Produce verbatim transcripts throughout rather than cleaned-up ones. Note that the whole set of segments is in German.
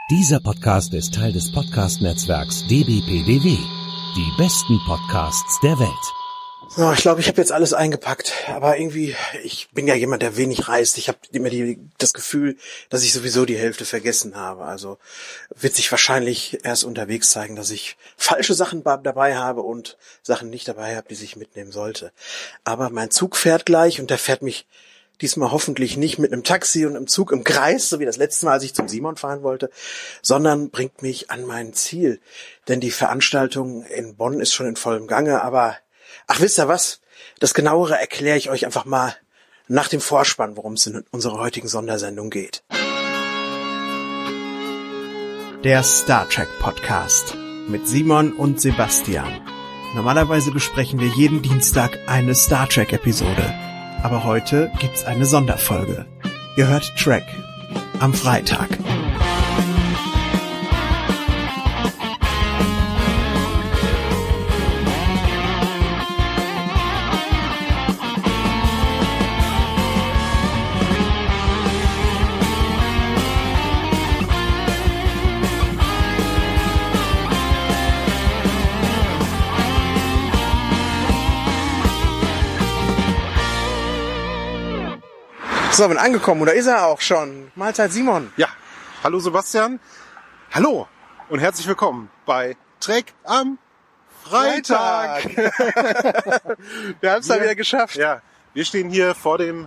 Dieser Podcast ist Teil des Podcast-Netzwerks D B P D W. Die besten Podcasts der Welt. So, ich glaube, ich habe jetzt alles eingepackt, aber irgendwie, ich bin ja jemand, der wenig reist. Ich habe immer die, das Gefühl, dass ich sowieso die Hälfte vergessen habe. Also wird sich wahrscheinlich erst unterwegs zeigen, dass ich falsche Sachen dabei habe und Sachen nicht dabei habe, die ich mitnehmen sollte. Aber mein Zug fährt gleich und der fährt mich diesmal hoffentlich nicht mit einem Taxi und einem Zug im Kreis, so wie das letzte Mal, als ich zum Simon fahren wollte, sondern bringt mich an mein Ziel. Denn die Veranstaltung in Bonn ist schon in vollem Gange, aber ach, wisst ihr was? Das Genauere erkläre ich euch einfach mal nach dem Vorspann, worum es in unserer heutigen Sondersendung geht. Der Star Trek Podcast mit Simon und Sebastian. Normalerweise besprechen wir jeden Dienstag eine Star Trek Episode. Aber heute gibt's eine Sonderfolge. Ihr hört Trek am Freitag. So, bin angekommen, oder ist er auch schon? Mahlzeit Simon. Ja, hallo Sebastian. Hallo und herzlich willkommen bei Trek am Freitag. Freitag. Wir haben es da wieder geschafft. Ja, wir stehen hier vor dem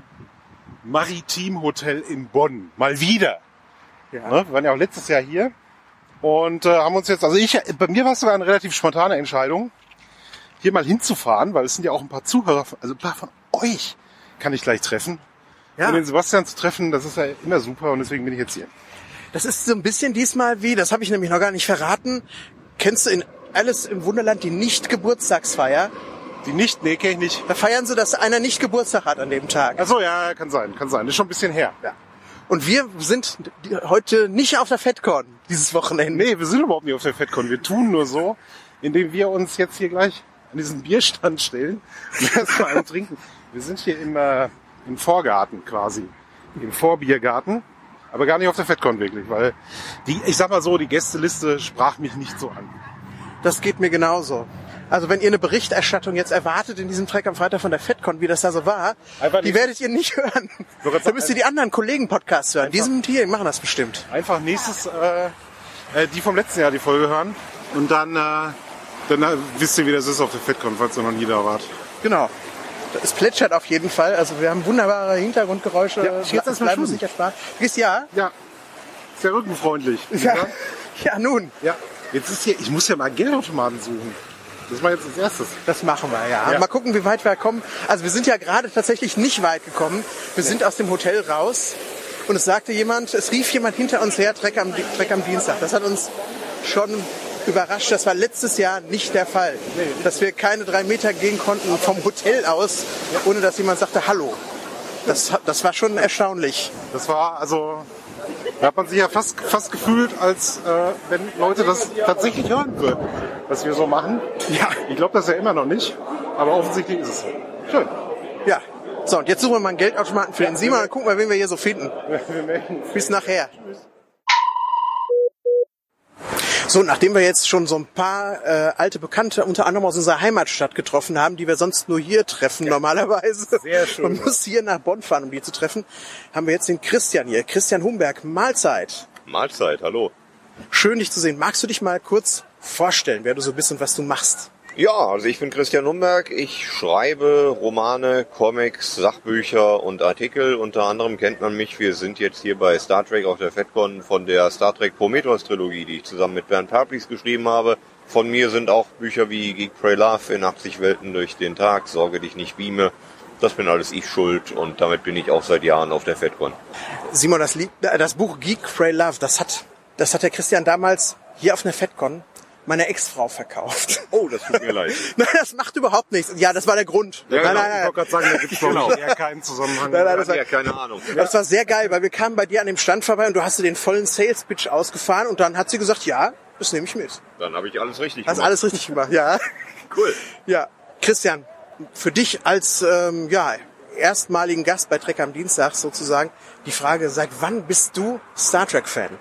Maritim Hotel in Bonn. Mal wieder. Ja. Ne? Wir waren ja auch letztes Jahr hier und äh, haben uns jetzt, also ich, bei mir war es sogar eine relativ spontane Entscheidung, hier mal hinzufahren, weil es sind ja auch ein paar Zuhörer, also ein paar von euch kann ich gleich treffen. Ja. Und den Sebastian zu treffen, das ist ja immer super und deswegen bin ich jetzt hier. Das ist so ein bisschen diesmal wie, das habe ich nämlich noch gar nicht verraten. Kennst du in Alice im Wunderland die Nicht-Geburtstagsfeier? Die nicht, nee, kenn ich nicht. Da feiern sie, dass einer nicht Geburtstag hat an dem Tag. Ach so, ja, kann sein, kann sein. Das ist schon ein bisschen her. Ja. Und wir sind heute nicht auf der FedCon dieses Wochenende. Nee, wir sind überhaupt nicht auf der FedCon. Wir tun nur so, indem wir uns jetzt hier gleich an diesen Bierstand stellen und erstmal einen trinken. Wir sind hier im, äh, im Vorgarten quasi, im Vorbiergarten, aber gar nicht auf der FedCon wirklich, weil die, ich sag mal so, die Gästeliste sprach mich nicht so an. Das geht mir genauso. Also wenn ihr eine Berichterstattung jetzt erwartet in diesem Trek am Freitag von der FedCon, wie das da so war, die werdet ihr nicht hören. Da müsst ihr die anderen Kollegen-Podcasts hören. Die sind hier, die machen das bestimmt. Einfach nächstes, äh, äh, die vom letzten Jahr die Folge hören und dann, äh, dann äh, wisst ihr, wie das ist auf der FedCon, falls ihr noch nie da wart. Genau. Es plätschert auf jeden Fall. Also wir haben wunderbare Hintergrundgeräusche. Ja, ich geh jetzt erstmal bleiben sicher Spaß. Du gehst ja? Ja, ist ja rückenfreundlich. Ja. Ja, nun. Ja, jetzt ist hier, ich muss ja mal Geldautomaten suchen. Das war jetzt als erstes. Das machen wir, ja. Ja. Mal gucken, wie weit wir kommen. Also wir sind ja gerade tatsächlich nicht weit gekommen. Wir sind aus dem Hotel raus und es sagte jemand, es rief jemand hinter uns her, Trek am, Trek am Dienstag. Das hat uns schon überrascht. Das war letztes Jahr nicht der Fall. Nee. Dass wir keine drei Meter gehen konnten vom Hotel aus, ohne dass jemand sagte Hallo. Das, das war schon erstaunlich. Das war, also, da hat man sich ja fast, fast gefühlt, als äh, wenn Leute das tatsächlich hören würden, was wir so machen. Ja. Ich glaube das ja immer noch nicht, aber offensichtlich ist es so. Schön. Ja. So, und jetzt suchen wir mal einen Geldautomaten für den Simon, dann gucken wir, wen wir hier so finden. Wir melden uns. Bis nachher. So, nachdem wir jetzt schon so ein paar äh, alte Bekannte, unter anderem aus unserer Heimatstadt getroffen haben, die wir sonst nur hier treffen, ja, normalerweise. Sehr schön. Man muss hier nach Bonn fahren, um die zu treffen. Haben wir jetzt den Christian hier. Christian Humberg, Mahlzeit. Mahlzeit, hallo. Schön, dich zu sehen. Magst du dich mal kurz vorstellen, wer du so bist und was du machst? Ja, also ich bin Christian Humberg. Ich schreibe Romane, Comics, Sachbücher und Artikel. Unter anderem kennt man mich. Wir sind jetzt hier bei Star Trek auf der FedCon von der Star Trek Prometheus-Trilogie, die ich zusammen mit Bernd Paplis geschrieben habe. Von mir sind auch Bücher wie Geek, Pray, Love, in achtzig Welten durch den Tag, Sorge dich nicht beame. Das bin alles ich schuld und damit bin ich auch seit Jahren auf der FedCon. Simon, das, Lied, das Buch Geek, Pray, Love, das hat, das hat der Christian damals hier auf einer FedCon meiner Ex-Frau verkauft. Oh, das tut mir leid. Nein, das macht überhaupt nichts. Ja, das war der Grund. Ja, nein, genau. nein, nein. Ich wollte gerade sagen, da gibt es genau eher keinen Zusammenhang. Nein, nein, das war, ja, keine Ahnung. Das war sehr geil, weil wir kamen bei dir an dem Stand vorbei und du hast dir den vollen Sales-Pitch ausgefahren und dann hat sie gesagt, ja, das nehme ich mit. Dann habe ich alles richtig Hast gemacht. alles richtig gemacht, ja. Cool. Ja, Christian, für dich als ähm, ja erstmaligen Gast bei Trek am Dienstag sozusagen die Frage, seit wann bist du Star Trek-Fan?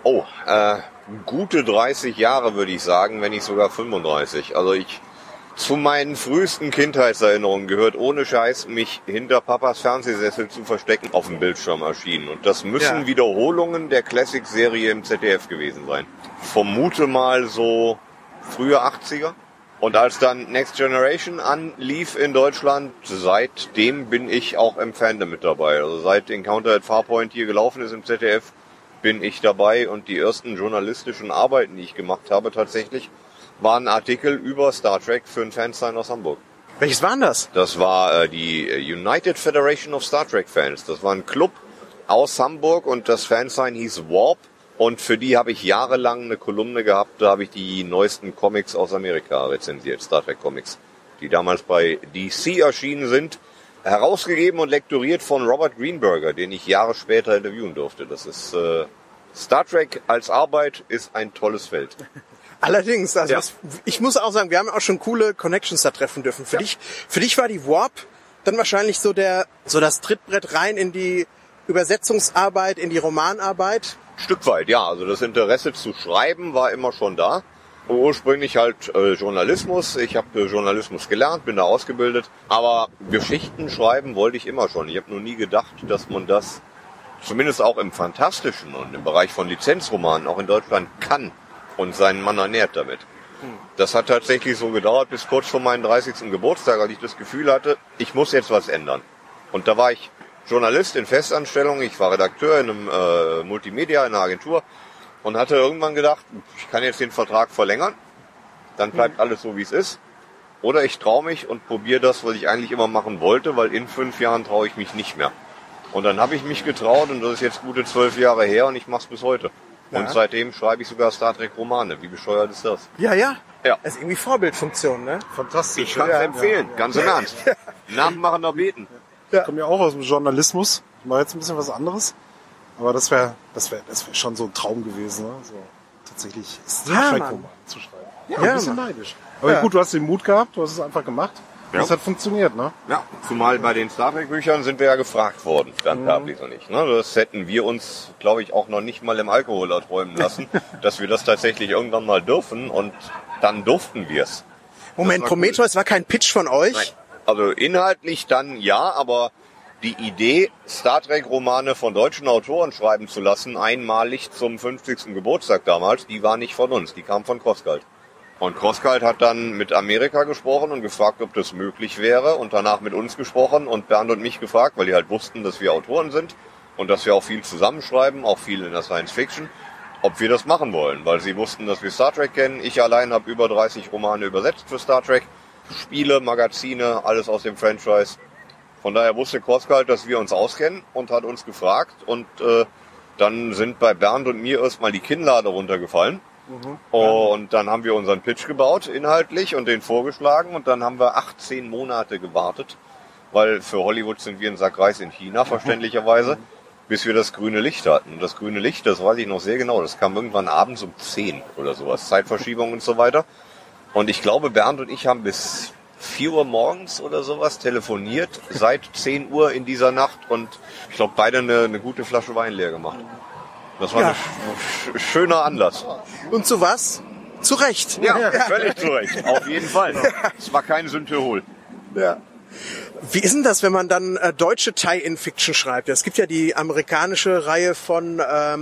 Oh, äh, gute dreißig Jahre würde ich sagen, wenn nicht sogar fünfunddreißig. Also ich, zu meinen frühesten Kindheitserinnerungen gehört ohne Scheiß, mich hinter Papas Fernsehsessel zu verstecken, auf dem Bildschirm erschienen. Und das müssen ja. Wiederholungen der Classic-Serie im Z D F gewesen sein. Vermute mal so frühe achtziger. Und als dann Next Generation anlief in Deutschland, seitdem bin ich auch im Fandom mit dabei. Also seit Encounter at Farpoint hier gelaufen ist im Z D F, bin ich dabei. Und die ersten journalistischen Arbeiten, die ich gemacht habe tatsächlich, waren Artikel über Star Trek für ein Fansign aus Hamburg. Welches waren das? Das war äh, die United Federation of Star Trek Fans. Das war ein Club aus Hamburg und das Fansign hieß Warp. Und für die habe ich jahrelang eine Kolumne gehabt, da habe ich die neuesten Comics aus Amerika rezensiert, Star Trek Comics, die damals bei D C erschienen sind, herausgegeben und lektoriert von Robert Greenberger, den ich Jahre später interviewen durfte. Das ist äh, Star Trek als Arbeit ist ein tolles Feld. Allerdings, also ja. was, ich muss auch sagen, wir haben auch schon coole Connections da treffen dürfen. Für ja. dich, für dich war die Warp dann wahrscheinlich so der, so das Trittbrett rein in die Übersetzungsarbeit, in die Romanarbeit. Stück weit, ja. Also das Interesse zu schreiben war immer schon da. Ursprünglich halt äh, Journalismus. Ich habe äh, Journalismus gelernt, bin da ausgebildet. Aber Geschichten schreiben wollte ich immer schon. Ich habe nur nie gedacht, dass man das zumindest auch im Fantastischen und im Bereich von Lizenzromanen auch in Deutschland kann und seinen Mann ernährt damit. Das hat tatsächlich so gedauert bis kurz vor meinem dreißigsten Geburtstag, als ich das Gefühl hatte, ich muss jetzt was ändern. Und da war ich Journalist in Festanstellung, ich war Redakteur in einem äh, Multimedia, in einer Agentur und hatte irgendwann gedacht, ich kann jetzt den Vertrag verlängern, dann bleibt alles so, wie es ist. Oder ich traue mich und probiere das, was ich eigentlich immer machen wollte, weil in fünf Jahren traue ich mich nicht mehr. Und dann habe ich mich getraut und das ist jetzt gute zwölf Jahre her und ich mache es bis heute. Ja. Und seitdem schreibe ich sogar Star Trek Romane. Wie bescheuert ist das? Ja, ja. Ja. Das ist irgendwie Vorbildfunktion, ne? Fantastisch. Ich kann es ja, empfehlen, ja. ganz im Ernst. Ja. Nachmachen oder beten. Ich komme ja auch aus dem Journalismus. Ich mache jetzt ein bisschen was anderes. Aber das wäre das wäre, das wäre schon so ein Traum gewesen, ne? So tatsächlich Star Trek Roman zu schreiben. Ja, ja, ein bisschen Mann. neidisch. Aber ja. gut, du hast den Mut gehabt, du hast es einfach gemacht. Ja. Das hat funktioniert, ne? Ja, zumal bei den Star Trek Büchern sind wir ja gefragt worden, Bernd Kablis und ich. Ne? Das hätten wir uns, glaube ich, auch noch nicht mal im Alkohol erträumen lassen, dass wir das tatsächlich irgendwann mal dürfen und dann durften wir es. Moment, Prometheus war kein Pitch von euch? Nein. Also inhaltlich dann ja, aber die Idee, Star Trek Romane von deutschen Autoren schreiben zu lassen, einmalig zum fünfzigsten Geburtstag damals, die war nicht von uns, die kam von Crosscult. Und Crosscult hat dann mit Amerika gesprochen und gefragt, ob das möglich wäre und danach mit uns gesprochen und Bernd und mich gefragt, weil die halt wussten, dass wir Autoren sind und dass wir auch viel zusammenschreiben, auch viel in der Science Fiction, ob wir das machen wollen, weil sie wussten, dass wir Star Trek kennen. Ich allein habe über dreißig Romane übersetzt für Star Trek, Spiele, Magazine, alles aus dem Franchise. Von daher wusste Crosscult, dass wir uns auskennen und hat uns gefragt und äh, dann sind bei Bernd und mir erstmal die Kinnlade runtergefallen. Mhm. Und dann haben wir unseren Pitch gebaut, inhaltlich, und den vorgeschlagen. Und dann haben wir achtzehn Monate gewartet, weil für Hollywood sind wir ein Sack Reis in China, verständlicherweise, bis wir das grüne Licht hatten. Und das grüne Licht, das weiß ich noch sehr genau, das kam irgendwann abends um zehn oder sowas, Zeitverschiebung und so weiter. Und ich glaube, Bernd und ich haben bis vier Uhr morgens oder sowas telefoniert, seit zehn Uhr in dieser Nacht. Und ich glaube, beide eine, eine gute Flasche Wein leer gemacht. Das war ja. ein sch- schöner Anlass. Und zu was? Zu Recht. Ja, ja, völlig zu Recht. Auf jeden Fall. Es war kein Synthehol. Ja. Wie ist denn das, wenn man dann äh, deutsche Tie-In-Fiction schreibt? Es gibt ja die amerikanische Reihe von,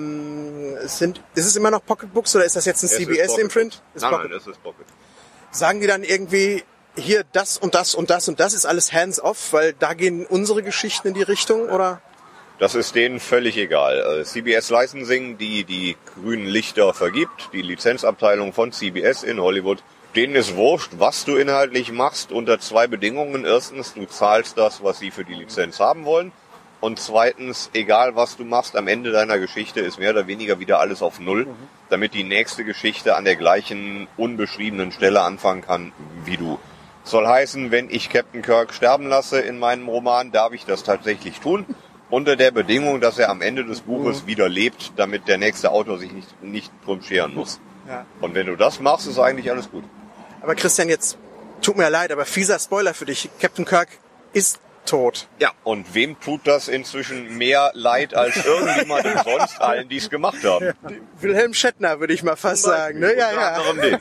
ähm, sind, ist es immer noch Pocketbooks oder ist das jetzt ein es C B S-Imprint? Nein, Pocket. nein, es ist Pocket. Sagen die dann irgendwie, hier das und das und das und das ist alles hands-off, weil da gehen unsere Geschichten in die Richtung, oder? Das ist denen völlig egal. C B S Licensing, die die grünen Lichter vergibt, die Lizenzabteilung von C B S in Hollywood, denen ist wurscht, was du inhaltlich machst, unter zwei Bedingungen. Erstens, du zahlst das, was sie für die Lizenz haben wollen. Und zweitens, egal was du machst, am Ende deiner Geschichte ist mehr oder weniger wieder alles auf Null, mhm. damit die nächste Geschichte an der gleichen unbeschriebenen Stelle anfangen kann wie du. Soll heißen, wenn ich Captain Kirk sterben lasse in meinem Roman, darf ich das tatsächlich tun. Unter der Bedingung, dass er am Ende des Buches mhm. wieder lebt, damit der nächste Autor sich nicht, nicht drum scheren muss. Ja. Und wenn du das machst, ist eigentlich alles gut. Aber Christian, jetzt tut mir leid, aber fieser Spoiler für dich. Captain Kirk ist tot. Ja, und wem tut das inzwischen mehr leid als irgendjemandem sonst allen, die es gemacht haben? Wilhelm Shatner, würde ich mal fast sagen. Ne? Ja, ja.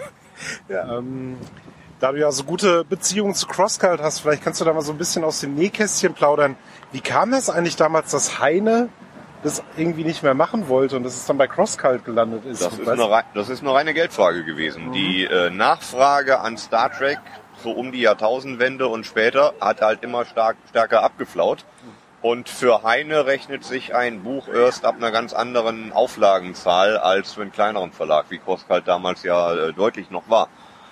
ja ähm, da du ja so gute Beziehungen zu CrossCult hast, vielleicht kannst du da mal so ein bisschen aus dem Nähkästchen plaudern. Wie kam das eigentlich damals, dass Heine das irgendwie nicht mehr machen wollte und dass es dann bei CrossCult gelandet ist? Das ist, eine, rei- das ist eine reine Geldfrage gewesen. Mhm. Die äh, Nachfrage an Star Trek so um die Jahrtausendwende und später hat halt immer stark, stärker abgeflaut. Und für Heine rechnet sich ein Buch erst ab einer ganz anderen Auflagenzahl als für einen kleineren Verlag, wie CrossCult damals ja äh, deutlich noch war.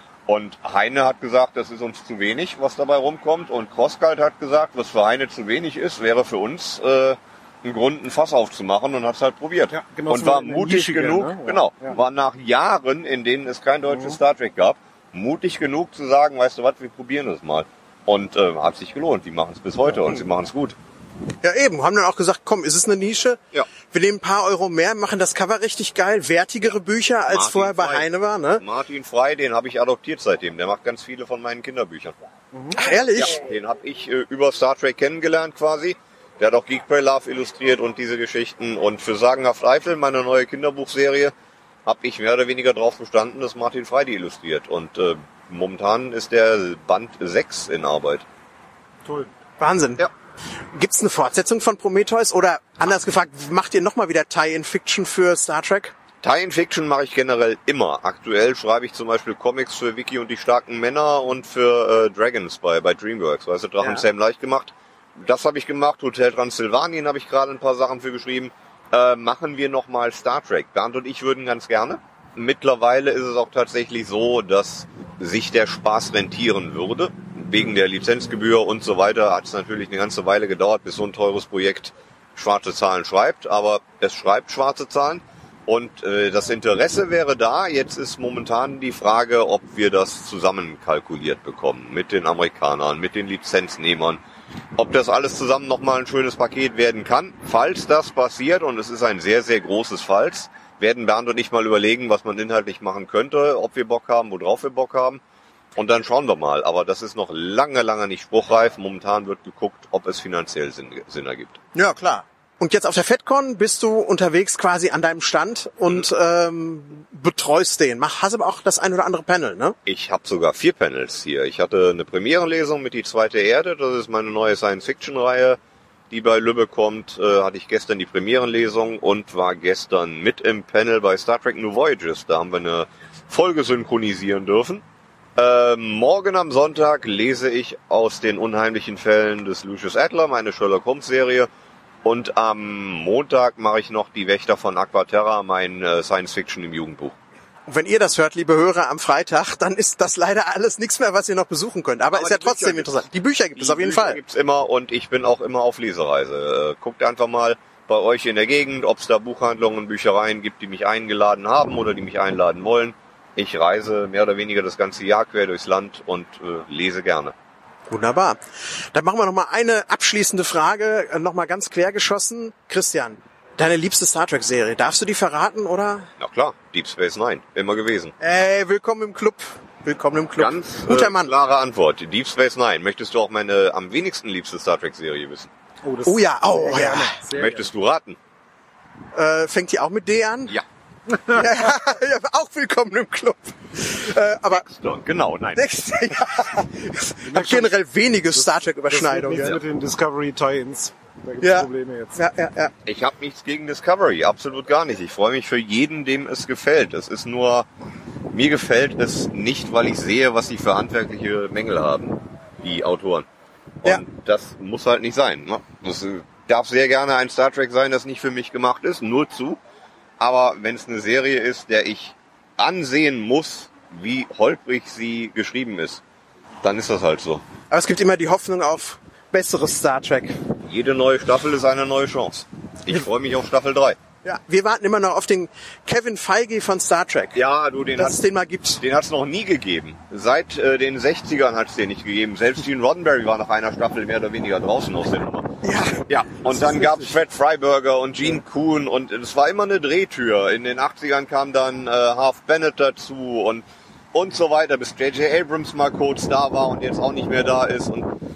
Und Heine hat gesagt, das ist uns zu wenig, was dabei rumkommt. Und CrossCult hat gesagt, was für Heine zu wenig ist, wäre für uns äh, ein Grund, ein Fass aufzumachen, und hat es halt probiert. Ja, genau, und war mutig Nische, genug, ne? genau, ja. war nach Jahren, in denen es kein deutsches mhm. Star Trek gab, mutig genug zu sagen, weißt du was, wir probieren das mal. Und äh, hat sich gelohnt. Die machen es bis heute, ja, und sie machen es gut. Ja, eben. Haben dann auch gesagt, komm, ist es eine Nische? Ja. Wir nehmen ein paar Euro mehr, machen das Cover richtig geil, wertigere Bücher, als Martin vorher bei Frey. Heine war, ne? Martin Frey, den habe ich adoptiert seitdem. Der macht ganz viele von meinen Kinderbüchern. Mhm. Ach, ehrlich? Ja, den habe ich äh, über Star Trek kennengelernt quasi. Der hat auch Geek Pray Love illustriert und diese Geschichten. Und für Sagenhaft Eifel, meine neue Kinderbuchserie, habe ich mehr oder weniger drauf bestanden, dass Martin Frey die illustriert. Und äh, momentan ist der Band sechs in Arbeit. Toll. Wahnsinn. Ja. Gibt's eine Fortsetzung von Prometheus? Oder anders gefragt, macht ihr nochmal wieder Tie-In-Fiction für Star Trek? Tie-In-Fiction mache ich generell immer. Aktuell schreibe ich zum Beispiel Comics für Vicky und die starken Männer und für äh, Dragons bei, bei DreamWorks. Weißt du, Drachen ja. Sam leicht gemacht. Das habe ich gemacht. Hotel Transylvanien habe ich gerade ein paar Sachen für geschrieben. Äh, machen wir nochmal Star Trek. Bernd und ich würden ganz gerne. Mittlerweile ist es auch tatsächlich so, dass sich der Spaß rentieren würde. Wegen der Lizenzgebühr und so weiter hat es natürlich eine ganze Weile gedauert, bis so ein teures Projekt schwarze Zahlen schreibt. Aber es schreibt schwarze Zahlen. Und äh, das Interesse wäre da. Jetzt ist momentan die Frage, ob wir das zusammenkalkuliert bekommen mit den Amerikanern, mit den Lizenznehmern. Ob das alles zusammen nochmal ein schönes Paket werden kann. Falls das passiert, und es ist ein sehr, sehr großes Falls, werden Bernd und ich mal überlegen, was man inhaltlich machen könnte, ob wir Bock haben, worauf wir Bock haben. Und dann schauen wir mal. Aber das ist noch lange, lange nicht spruchreif. Momentan wird geguckt, ob es finanziell Sinn, Sinn ergibt. Ja, klar. Und jetzt auf der FedCon bist du unterwegs quasi an deinem Stand und mhm. ähm, betreust den. Mach, hast aber auch das ein oder andere Panel, ne? Ich habe sogar vier Panels hier. Ich hatte eine Premierenlesung mit Die zweite Erde. Das ist meine neue Science-Fiction-Reihe, die bei Lübeck kommt. Äh, hatte ich gestern die Premierenlesung und war gestern mit im Panel bei Star Trek New Voyages. Da haben wir eine Folge synchronisieren dürfen. Äh, morgen am Sonntag lese ich aus den unheimlichen Fällen des Lucius Adler, meine Sherlock Holmes Serie. Und am Montag mache ich noch Die Wächter von Aquaterra, mein äh, Science-Fiction im Jugendbuch. Und wenn ihr das hört, liebe Hörer, am Freitag, dann ist das leider alles nichts mehr, was ihr noch besuchen könnt. Aber, Aber ist ja trotzdem interessant. Die Bücher gibt es auf jeden Fall. Die Bücher gibt's immer, und ich bin auch immer auf Lesereise. Äh, guckt einfach mal bei euch in der Gegend, ob es da Buchhandlungen und Büchereien gibt, die mich eingeladen haben oder die mich einladen wollen. Ich reise mehr oder weniger das ganze Jahr quer durchs Land und äh, lese gerne. Wunderbar. Dann machen wir noch mal eine abschließende Frage, noch mal ganz quer geschossen. Christian, deine liebste Star Trek Serie, darfst du die verraten, oder? Na klar, Deep Space Nine, immer gewesen. Ey, willkommen im Club. Willkommen im Club. Ganz Guter äh, Mann. klare Antwort. Deep Space Nine. Möchtest du auch meine am wenigsten liebste Star Trek Serie wissen? Oh, das oh ja, oh ja. Sehr Möchtest gerne. du raten? Äh, fängt die auch mit D an? Ja. ja, ja, auch willkommen im Club. Äh, aber Dexter, genau, nein. Dexter, ja. Ich habe generell wenige Star Trek Überschneidungen. Das mit den Discovery Tie-ins. Da gibt's ja. Probleme jetzt. Ja, ja, ja. Ich habe nichts gegen Discovery, absolut gar nicht. Ich freue mich für jeden, dem es gefällt. Es ist nur, mir gefällt es nicht, weil ich sehe, was sie für handwerkliche Mängel haben, die Autoren. Und ja. das muss halt nicht sein. Ne? Das darf sehr gerne ein Star Trek sein, das nicht für mich gemacht ist, nur zu. Aber wenn es eine Serie ist, der ich ansehen muss, wie holprig sie geschrieben ist, dann ist das halt so. Aber es gibt immer die Hoffnung auf besseres Star Trek. Jede neue Staffel ist eine neue Chance. Ich freue mich auf Staffel drei. Ja, wir warten immer noch auf den Kevin Feige von Star Trek. Ja, du, den dass hat's, es den mal gibt. Den hat es noch nie gegeben. Seit äh, den sechzigern hat es den nicht gegeben. Selbst Gene Roddenberry war nach einer Staffel mehr oder weniger draußen aus der Nummer. Ja. Ja, und dann gab es Fred Freiberger und Gene Kuhn und es war immer eine Drehtür. In den achtzigern kam dann äh, Harve Bennett dazu und und so weiter, bis J J Abrams mal kurz da war und jetzt auch nicht mehr da ist. Und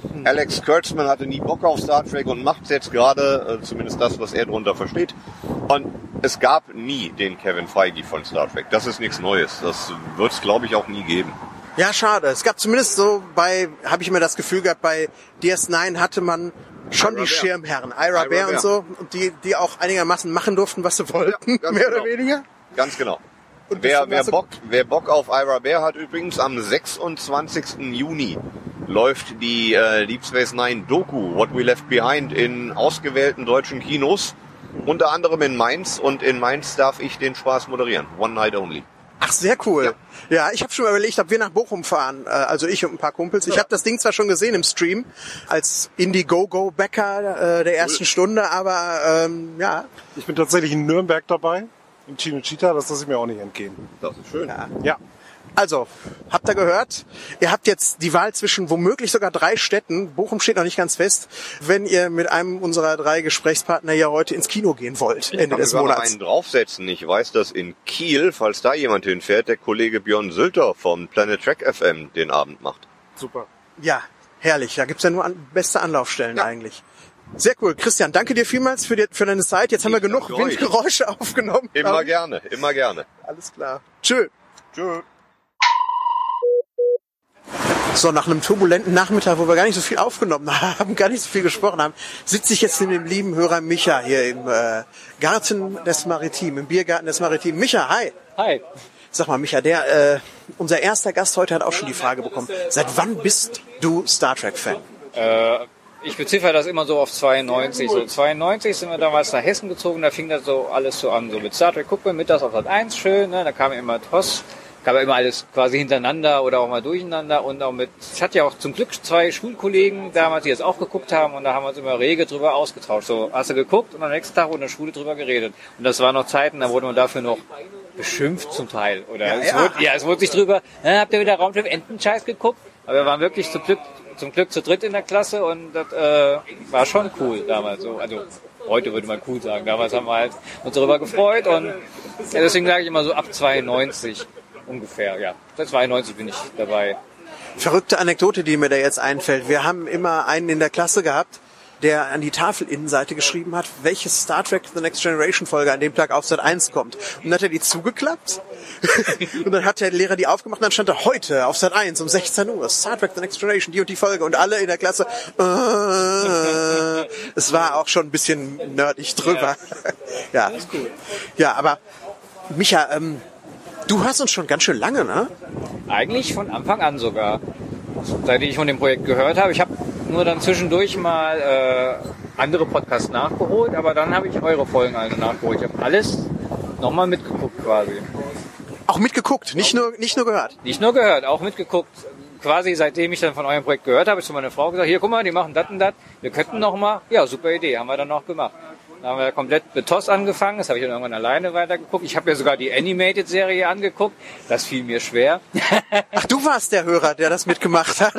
Hm. Alex Kurtzman hatte nie Bock auf Star Trek und macht's jetzt gerade, äh, zumindest das, was er drunter versteht. Und es gab nie den Kevin Feige von Star Trek. Das ist nichts Neues. Das wird's, glaube ich, auch nie geben. Ja, schade. Es gab zumindest so bei, habe ich mir das Gefühl gehabt, bei D S neun hatte man schon Ira die Bear. Schirmherren, Ira, Ira Bear und so, und die, die auch einigermaßen machen durften, was sie wollten, Ja, mehr genau. oder weniger. Ganz genau. Und Wer, wer, so Bock, wer Bock auf Ira Bear hat, übrigens am sechsundzwanzigsten Juni läuft die äh, Deep Space Nine Doku What We Left Behind in ausgewählten deutschen Kinos, unter anderem in Mainz, und in Mainz darf ich den Spaß moderieren. One night only. Ach, sehr cool. Ja. Ja, ich habe schon mal überlegt, ob wir nach Bochum fahren, äh, also ich und ein paar Kumpels. Ich habe das Ding zwar schon gesehen im Stream, als Indiegogo-Bäcker äh, der ersten cool. Stunde, aber ähm, ja. Ich bin tatsächlich in Nürnberg dabei, im Cinecittà, das lasse ich mir auch nicht entgehen. Das ist schön. Ja. Ja. Also, habt ihr gehört? Ihr habt jetzt die Wahl zwischen womöglich sogar drei Städten. Bochum steht noch nicht ganz fest, wenn ihr mit einem unserer drei Gesprächspartner hier heute ins Kino gehen wollt, Ende des Monats. Monats. Einen draufsetzen. Ich weiß, dass in Kiel, falls da jemand hinfährt, der Kollege Björn Sülter vom Planet Trek F M den Abend macht. Super. Ja, herrlich. Da gibt's ja nur an, beste Anlaufstellen Ja. eigentlich. Sehr cool. Christian, danke dir vielmals für, die, für deine Zeit. Jetzt haben wir Ich genug danke euch. Windgeräusche aufgenommen. Immer Ähm, gerne, immer gerne. Alles klar. Tschö. Tschö. So, nach einem turbulenten Nachmittag, wo wir gar nicht so viel aufgenommen haben, gar nicht so viel gesprochen haben, sitze ich jetzt mit dem lieben Hörer Micha hier im äh, Garten des Maritim, im Biergarten des Maritim. Micha, hi. Hi. Sag mal, Micha, der, äh, unser erster Gast heute hat auch schon die Frage bekommen, seit wann bist du Star Trek-Fan? Äh, ich beziffere das immer so auf zweiundneunzig. So zweiundneunzig sind wir damals nach Hessen gezogen, da fing das so alles so an. So mit Star Trek gucken wir mittags auf Sat eins schön, ne? Da kam immer T O S. Gab ja immer alles quasi hintereinander oder auch mal durcheinander, und auch mit, ich hatte ja auch zum Glück zwei Schulkollegen damals, die das auch geguckt haben, und da haben wir uns immer rege drüber ausgetauscht. So, hast du geguckt, und am nächsten Tag wurde in der Schule drüber geredet. Und das waren noch Zeiten, da wurde man dafür noch beschimpft zum Teil. Oder Ja, es ja. wurde, ja, es wurde sich drüber, äh, habt ihr wieder Raumschiff Entenscheiß geguckt? Aber wir waren wirklich zum Glück, zum Glück zu dritt in der Klasse, und das äh, war schon cool damals so. Also heute würde man cool sagen. Damals haben wir halt uns darüber gefreut, und ja, deswegen sage ich immer so ab zweiundneunzig. Ungefähr, ja. Seit zweiundneunzig bin ich dabei. Verrückte Anekdote, die mir da jetzt einfällt. Wir haben immer einen in der Klasse gehabt, der an die Tafelinnenseite geschrieben hat, welche Star Trek The Next Generation Folge an dem Tag auf Sat eins kommt. Und dann hat er die zugeklappt. Und dann hat der Lehrer die aufgemacht, und dann stand da heute auf Sat eins um sechzehn Uhr Star Trek The Next Generation, die und die Folge. Und alle in der Klasse, äh, es war auch schon ein bisschen nerdig drüber. Ja, ja. Ja, aber Micha, ähm, du hörst uns schon ganz schön lange, ne? Eigentlich von Anfang an sogar. Seit ich von dem Projekt gehört habe. Ich habe nur dann zwischendurch mal äh, andere Podcasts nachgeholt, aber dann habe ich eure Folgen alle nachgeholt. Ich habe alles nochmal mitgeguckt quasi. Auch mitgeguckt, nicht nur, nicht nur gehört. Nicht nur gehört, auch mitgeguckt. Quasi seitdem ich dann von eurem Projekt gehört habe, ich zu meiner Frau gesagt, hier guck mal, die machen das und das. Wir könnten noch mal, ja, super Idee, haben wir dann noch gemacht. Da haben wir komplett mit T O S angefangen, das habe ich dann irgendwann alleine weitergeguckt. Ich habe ja sogar die Animated-Serie angeguckt, das fiel mir schwer. Ach, du warst der Hörer, der das mitgemacht hat.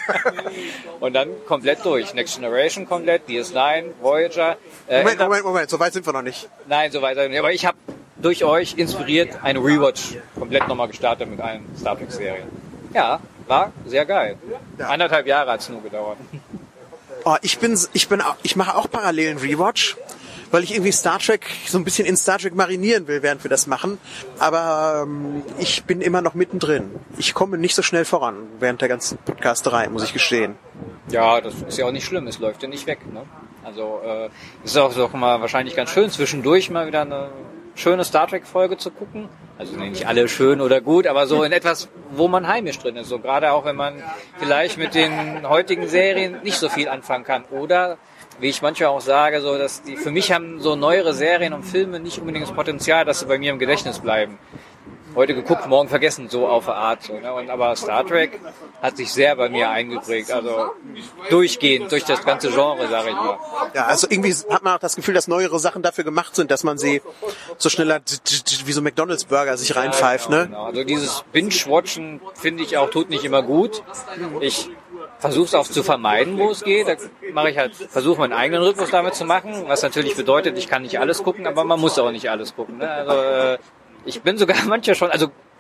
Und dann komplett durch. Next Generation komplett, D S neun, Voyager. Äh, Moment, Moment, Moment, so weit sind wir noch nicht. Nein, so weiter. Aber ich habe durch euch inspiriert eine Rewatch komplett nochmal gestartet mit allen Star Trek-Serien. Ja, war sehr geil. Ja. Anderthalb Jahre hat es nur gedauert. Oh, ich bin, ich bin, auch- ich mache auch parallelen Rewatch, weil ich irgendwie Star Trek so ein bisschen in Star Trek marinieren will, während wir das machen. Aber ähm, ich bin immer noch mittendrin. Ich komme nicht so schnell voran während der ganzen Podcasterei, muss ich gestehen. Ja, das ist ja auch nicht schlimm, es läuft ja nicht weg. Ne? Also äh, es ist auch, auch mal wahrscheinlich ganz schön, zwischendurch mal wieder eine schöne Star Trek-Folge zu gucken. Also nicht alle schön oder gut, aber so in etwas, wo man heimisch drin ist. So gerade auch, wenn man vielleicht mit den heutigen Serien nicht so viel anfangen kann. Oder, wie ich manchmal auch sage, so dass die für mich haben so neuere Serien und Filme nicht unbedingt das Potenzial, dass sie bei mir im Gedächtnis bleiben. Heute geguckt, morgen vergessen, so auf der Art. So, ne? Und, aber Star Trek hat sich sehr bei mir eingeprägt. Also durchgehend, durch das ganze Genre, sage ich mal. Ja, also irgendwie hat man auch das Gefühl, dass neuere Sachen dafür gemacht sind, dass man sie so schneller wie so McDonald's-Burger sich reinpfeift, Ja, genau, ne? genau. Also dieses Binge-Watchen finde ich auch, tut nicht immer gut. Ich versuche es auch zu vermeiden, wo es geht. Da mache ich halt, versuche meinen eigenen Rhythmus damit zu machen, was natürlich bedeutet, ich kann nicht alles gucken, aber man muss auch nicht alles gucken. Ne? Also äh, ich bin sogar manchmal schon, also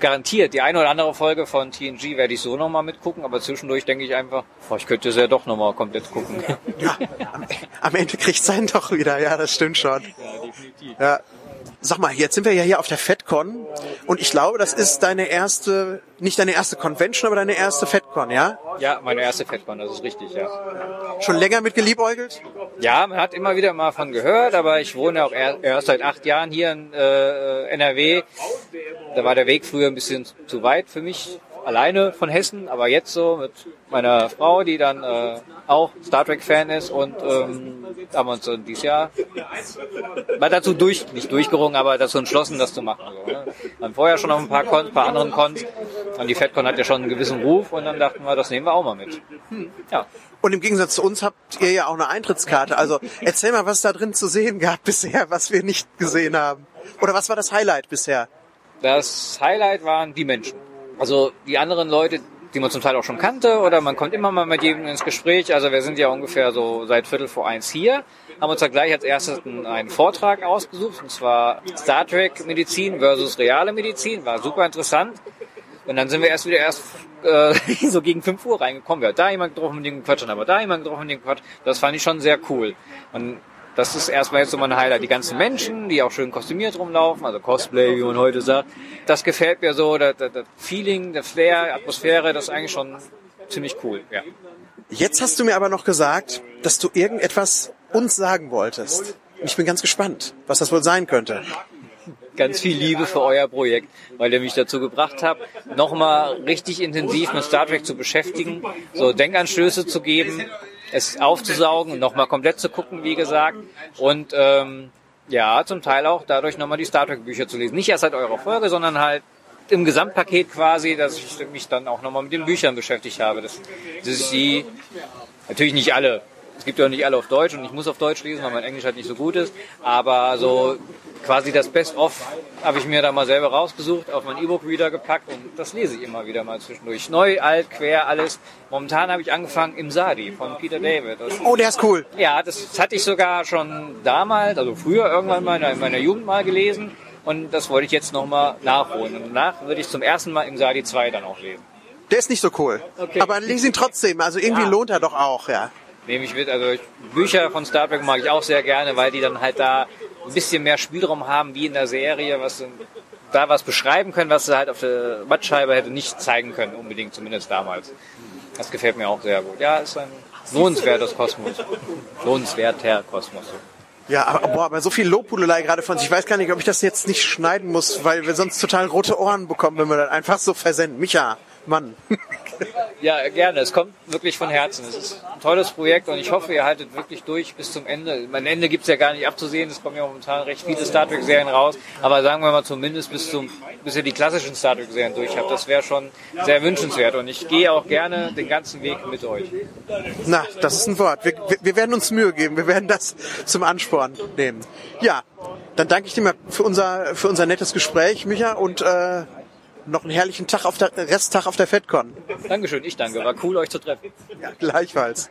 garantiert, die eine oder andere Folge von T N G werde ich so nochmal mitgucken, aber zwischendurch denke ich einfach, boah, ich könnte es ja doch nochmal komplett gucken. Ja, am, am Ende kriegt's einen doch wieder, ja, das stimmt schon. Ja, definitiv. Ja. Sag mal, jetzt sind wir ja hier auf der FedCon und ich glaube, das ist deine erste, nicht deine erste Convention, aber deine erste FedCon, ja? Ja, meine erste FedCon, das ist richtig, ja. Schon länger mit geliebäugelt? Ja, man hat immer wieder mal von gehört, aber ich wohne auch erst seit acht Jahren hier in äh, N R W. Da war der Weg früher ein bisschen zu weit für mich, alleine von Hessen, aber jetzt so mit meiner Frau, die dann äh, auch Star Trek-Fan ist und ähm, haben wir uns so dieses Jahr mal dazu durch, nicht durchgerungen, aber dazu entschlossen, das zu machen. So, ne? Wir haben vorher schon auf ein paar Cons, paar anderen Cons und die FedCon hat ja schon einen gewissen Ruf und dann dachten wir, das nehmen wir auch mal mit. Hm, ja. Und im Gegensatz zu uns habt ihr ja auch eine Eintrittskarte. Also erzähl mal, was da drin zu sehen gab bisher, was wir nicht gesehen haben. Oder was war das Highlight bisher? Das Highlight waren die Menschen. Also die anderen Leute, die man zum Teil auch schon kannte, oder man kommt immer mal mit jedem ins Gespräch. Also wir sind ja ungefähr so seit Viertel vor eins hier, haben uns da gleich als erstes einen Vortrag ausgesucht, und zwar Star Trek Medizin versus reale Medizin. War super interessant. Und dann sind wir erst wieder erst äh, so gegen fünf Uhr reingekommen. Wir haben da jemand getroffen, mit dem gequatscht, dann haben wir da jemand getroffen, mit dem gequatscht. Das fand ich schon sehr cool. Und das ist erstmal jetzt so mein Highlight. Die ganzen Menschen, die auch schön kostümiert rumlaufen, also Cosplay, wie man heute sagt. Das gefällt mir so, das, das, das Feeling, der Flair, Atmosphäre, das ist eigentlich schon ziemlich cool, ja. Jetzt hast du mir aber noch gesagt, dass du irgendetwas uns sagen wolltest. Ich bin ganz gespannt, was das wohl sein könnte. Ganz viel Liebe für euer Projekt, weil ihr mich dazu gebracht habt, nochmal richtig intensiv mit Star Trek zu beschäftigen, so Denkanstöße zu geben, es aufzusaugen und nochmal komplett zu gucken, wie gesagt. Und ähm, ja, zum Teil auch dadurch nochmal die Star Trek Bücher zu lesen. Nicht erst seit eurer Folge, sondern halt im Gesamtpaket quasi, dass ich mich dann auch nochmal mit den Büchern beschäftigt habe. Das, das ist die, natürlich nicht alle. Es gibt ja auch nicht alle auf Deutsch und ich muss auf Deutsch lesen, weil mein Englisch halt nicht so gut ist. Aber so quasi das Best-of habe ich mir da mal selber rausgesucht, auf meinen E-Book-Reader gepackt und das lese ich immer wieder mal zwischendurch. Neu, alt, quer, alles. Momentan habe ich angefangen im Sadi von Peter David. Das, oh, der ist cool. Ja, das hatte ich sogar schon damals, also früher irgendwann mal in meiner Jugend mal gelesen und das wollte ich jetzt nochmal nachholen. Und danach würde ich zum ersten Mal im Sadi zwei dann auch lesen. Der ist nicht so cool, okay. Aber lese ihn trotzdem, also irgendwie ja. Lohnt er doch auch, ja. Nehme ich mit, also ich, Bücher von Star Trek mag ich auch sehr gerne, weil die dann halt da ein bisschen mehr Spielraum haben wie in der Serie, was da was beschreiben können, was sie halt auf der Mattscheibe hätte nicht zeigen können, unbedingt, zumindest damals. Das gefällt mir auch sehr gut. Ja, ist ein lohnenswertes Kosmos. Lohnenswerter Kosmos. Ja, aber, boah, aber so viel Lobhudelei gerade von sich. Ich weiß gar nicht, ob ich das jetzt nicht schneiden muss, weil wir sonst total rote Ohren bekommen, wenn wir das einfach so versenden. Micha, Mann. Ja, gerne. Es kommt wirklich von Herzen. Es ist ein tolles Projekt und ich hoffe, ihr haltet wirklich durch bis zum Ende. Mein Ende gibt's ja gar nicht abzusehen. Es kommen ja momentan recht viele Star Trek-Serien raus. Aber sagen wir mal zumindest bis zum, bis ihr die klassischen Star Trek-Serien durch habt. Das wäre schon sehr wünschenswert. Und ich gehe auch gerne den ganzen Weg mit euch. Na, das ist ein Wort. Wir, wir, wir werden uns Mühe geben. Wir werden das zum Ansporn nehmen. Ja, dann danke ich dir mal für unser, für unser nettes Gespräch, Micha, und äh, noch einen herrlichen Tag auf der Resttag auf der FedCon. Dankeschön, ich danke. War cool, euch zu treffen. Ja, gleichfalls.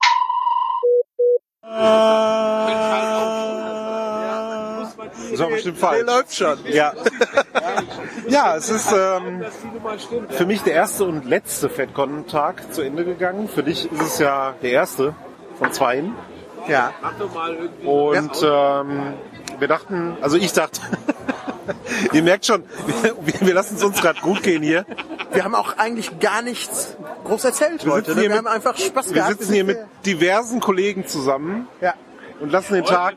Das war bestimmt falsch. Der läuft schon. Ja, ja, es ist ähm, für mich der erste und letzte FedCon-Tag zu Ende gegangen. Für dich ist es ja der erste von zweien. Ja. Und ähm, wir dachten, also ich dachte, ihr merkt schon, wir, wir lassen es uns gerade gut gehen hier. Wir haben auch eigentlich gar nichts groß erzählt heute. Ne? Wir mit, haben einfach Spaß wir gehabt. Wir sitzen hier mit diversen Kollegen zusammen. Ja. Und lassen den Tag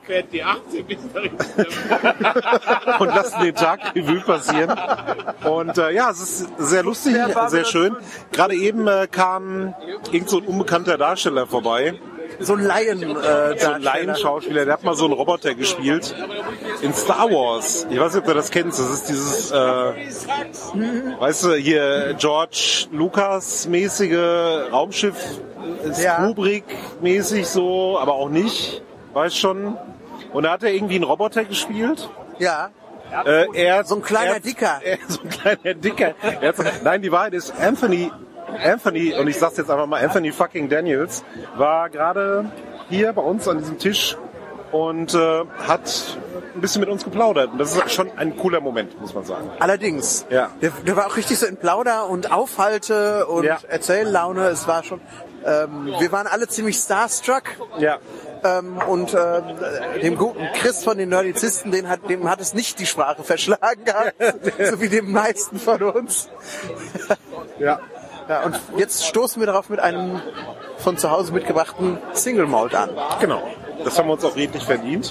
und lassen den Tag Revue passieren. Und äh, ja, es ist sehr lustig, sehr schön. Gerade eben äh, kam irgend so ein unbekannter Darsteller vorbei. So ein Laien, äh, so ein Laienschauspieler, der hat mal so einen Roboter gespielt in Star Wars. Ich weiß nicht, ob du das kennst. Das ist dieses, äh, weißt du, hier George Lucas mäßige Raumschiff, ja. Kubrick mäßig so, aber auch nicht. Weiß schon. Und da hat er irgendwie einen Roboter gespielt. Ja. Äh, er, so ein kleiner er, Dicker. Er, so ein kleiner Dicker. Er hat, nein, die Wahrheit ist, Anthony, Anthony, und ich sag's jetzt einfach mal, Anthony fucking Daniels, war gerade hier bei uns an diesem Tisch und äh, hat ein bisschen mit uns geplaudert. Und das ist schon ein cooler Moment, muss man sagen. Allerdings. Ja. Der, der war auch richtig so in Plauder und Aufhalte und Ja. Erzähllaune. Es war schon, ähm, wir waren alle ziemlich starstruck. Ja. Ähm, und äh, dem guten Chris von den Nerdizisten, den hat, dem hat es nicht die Sprache verschlagen gehabt, so wie dem meisten von uns. Ja. Ja, und jetzt stoßen wir darauf mit einem von zu Hause mitgebrachten Single Malt an. Genau. Das haben wir uns auch redlich verdient.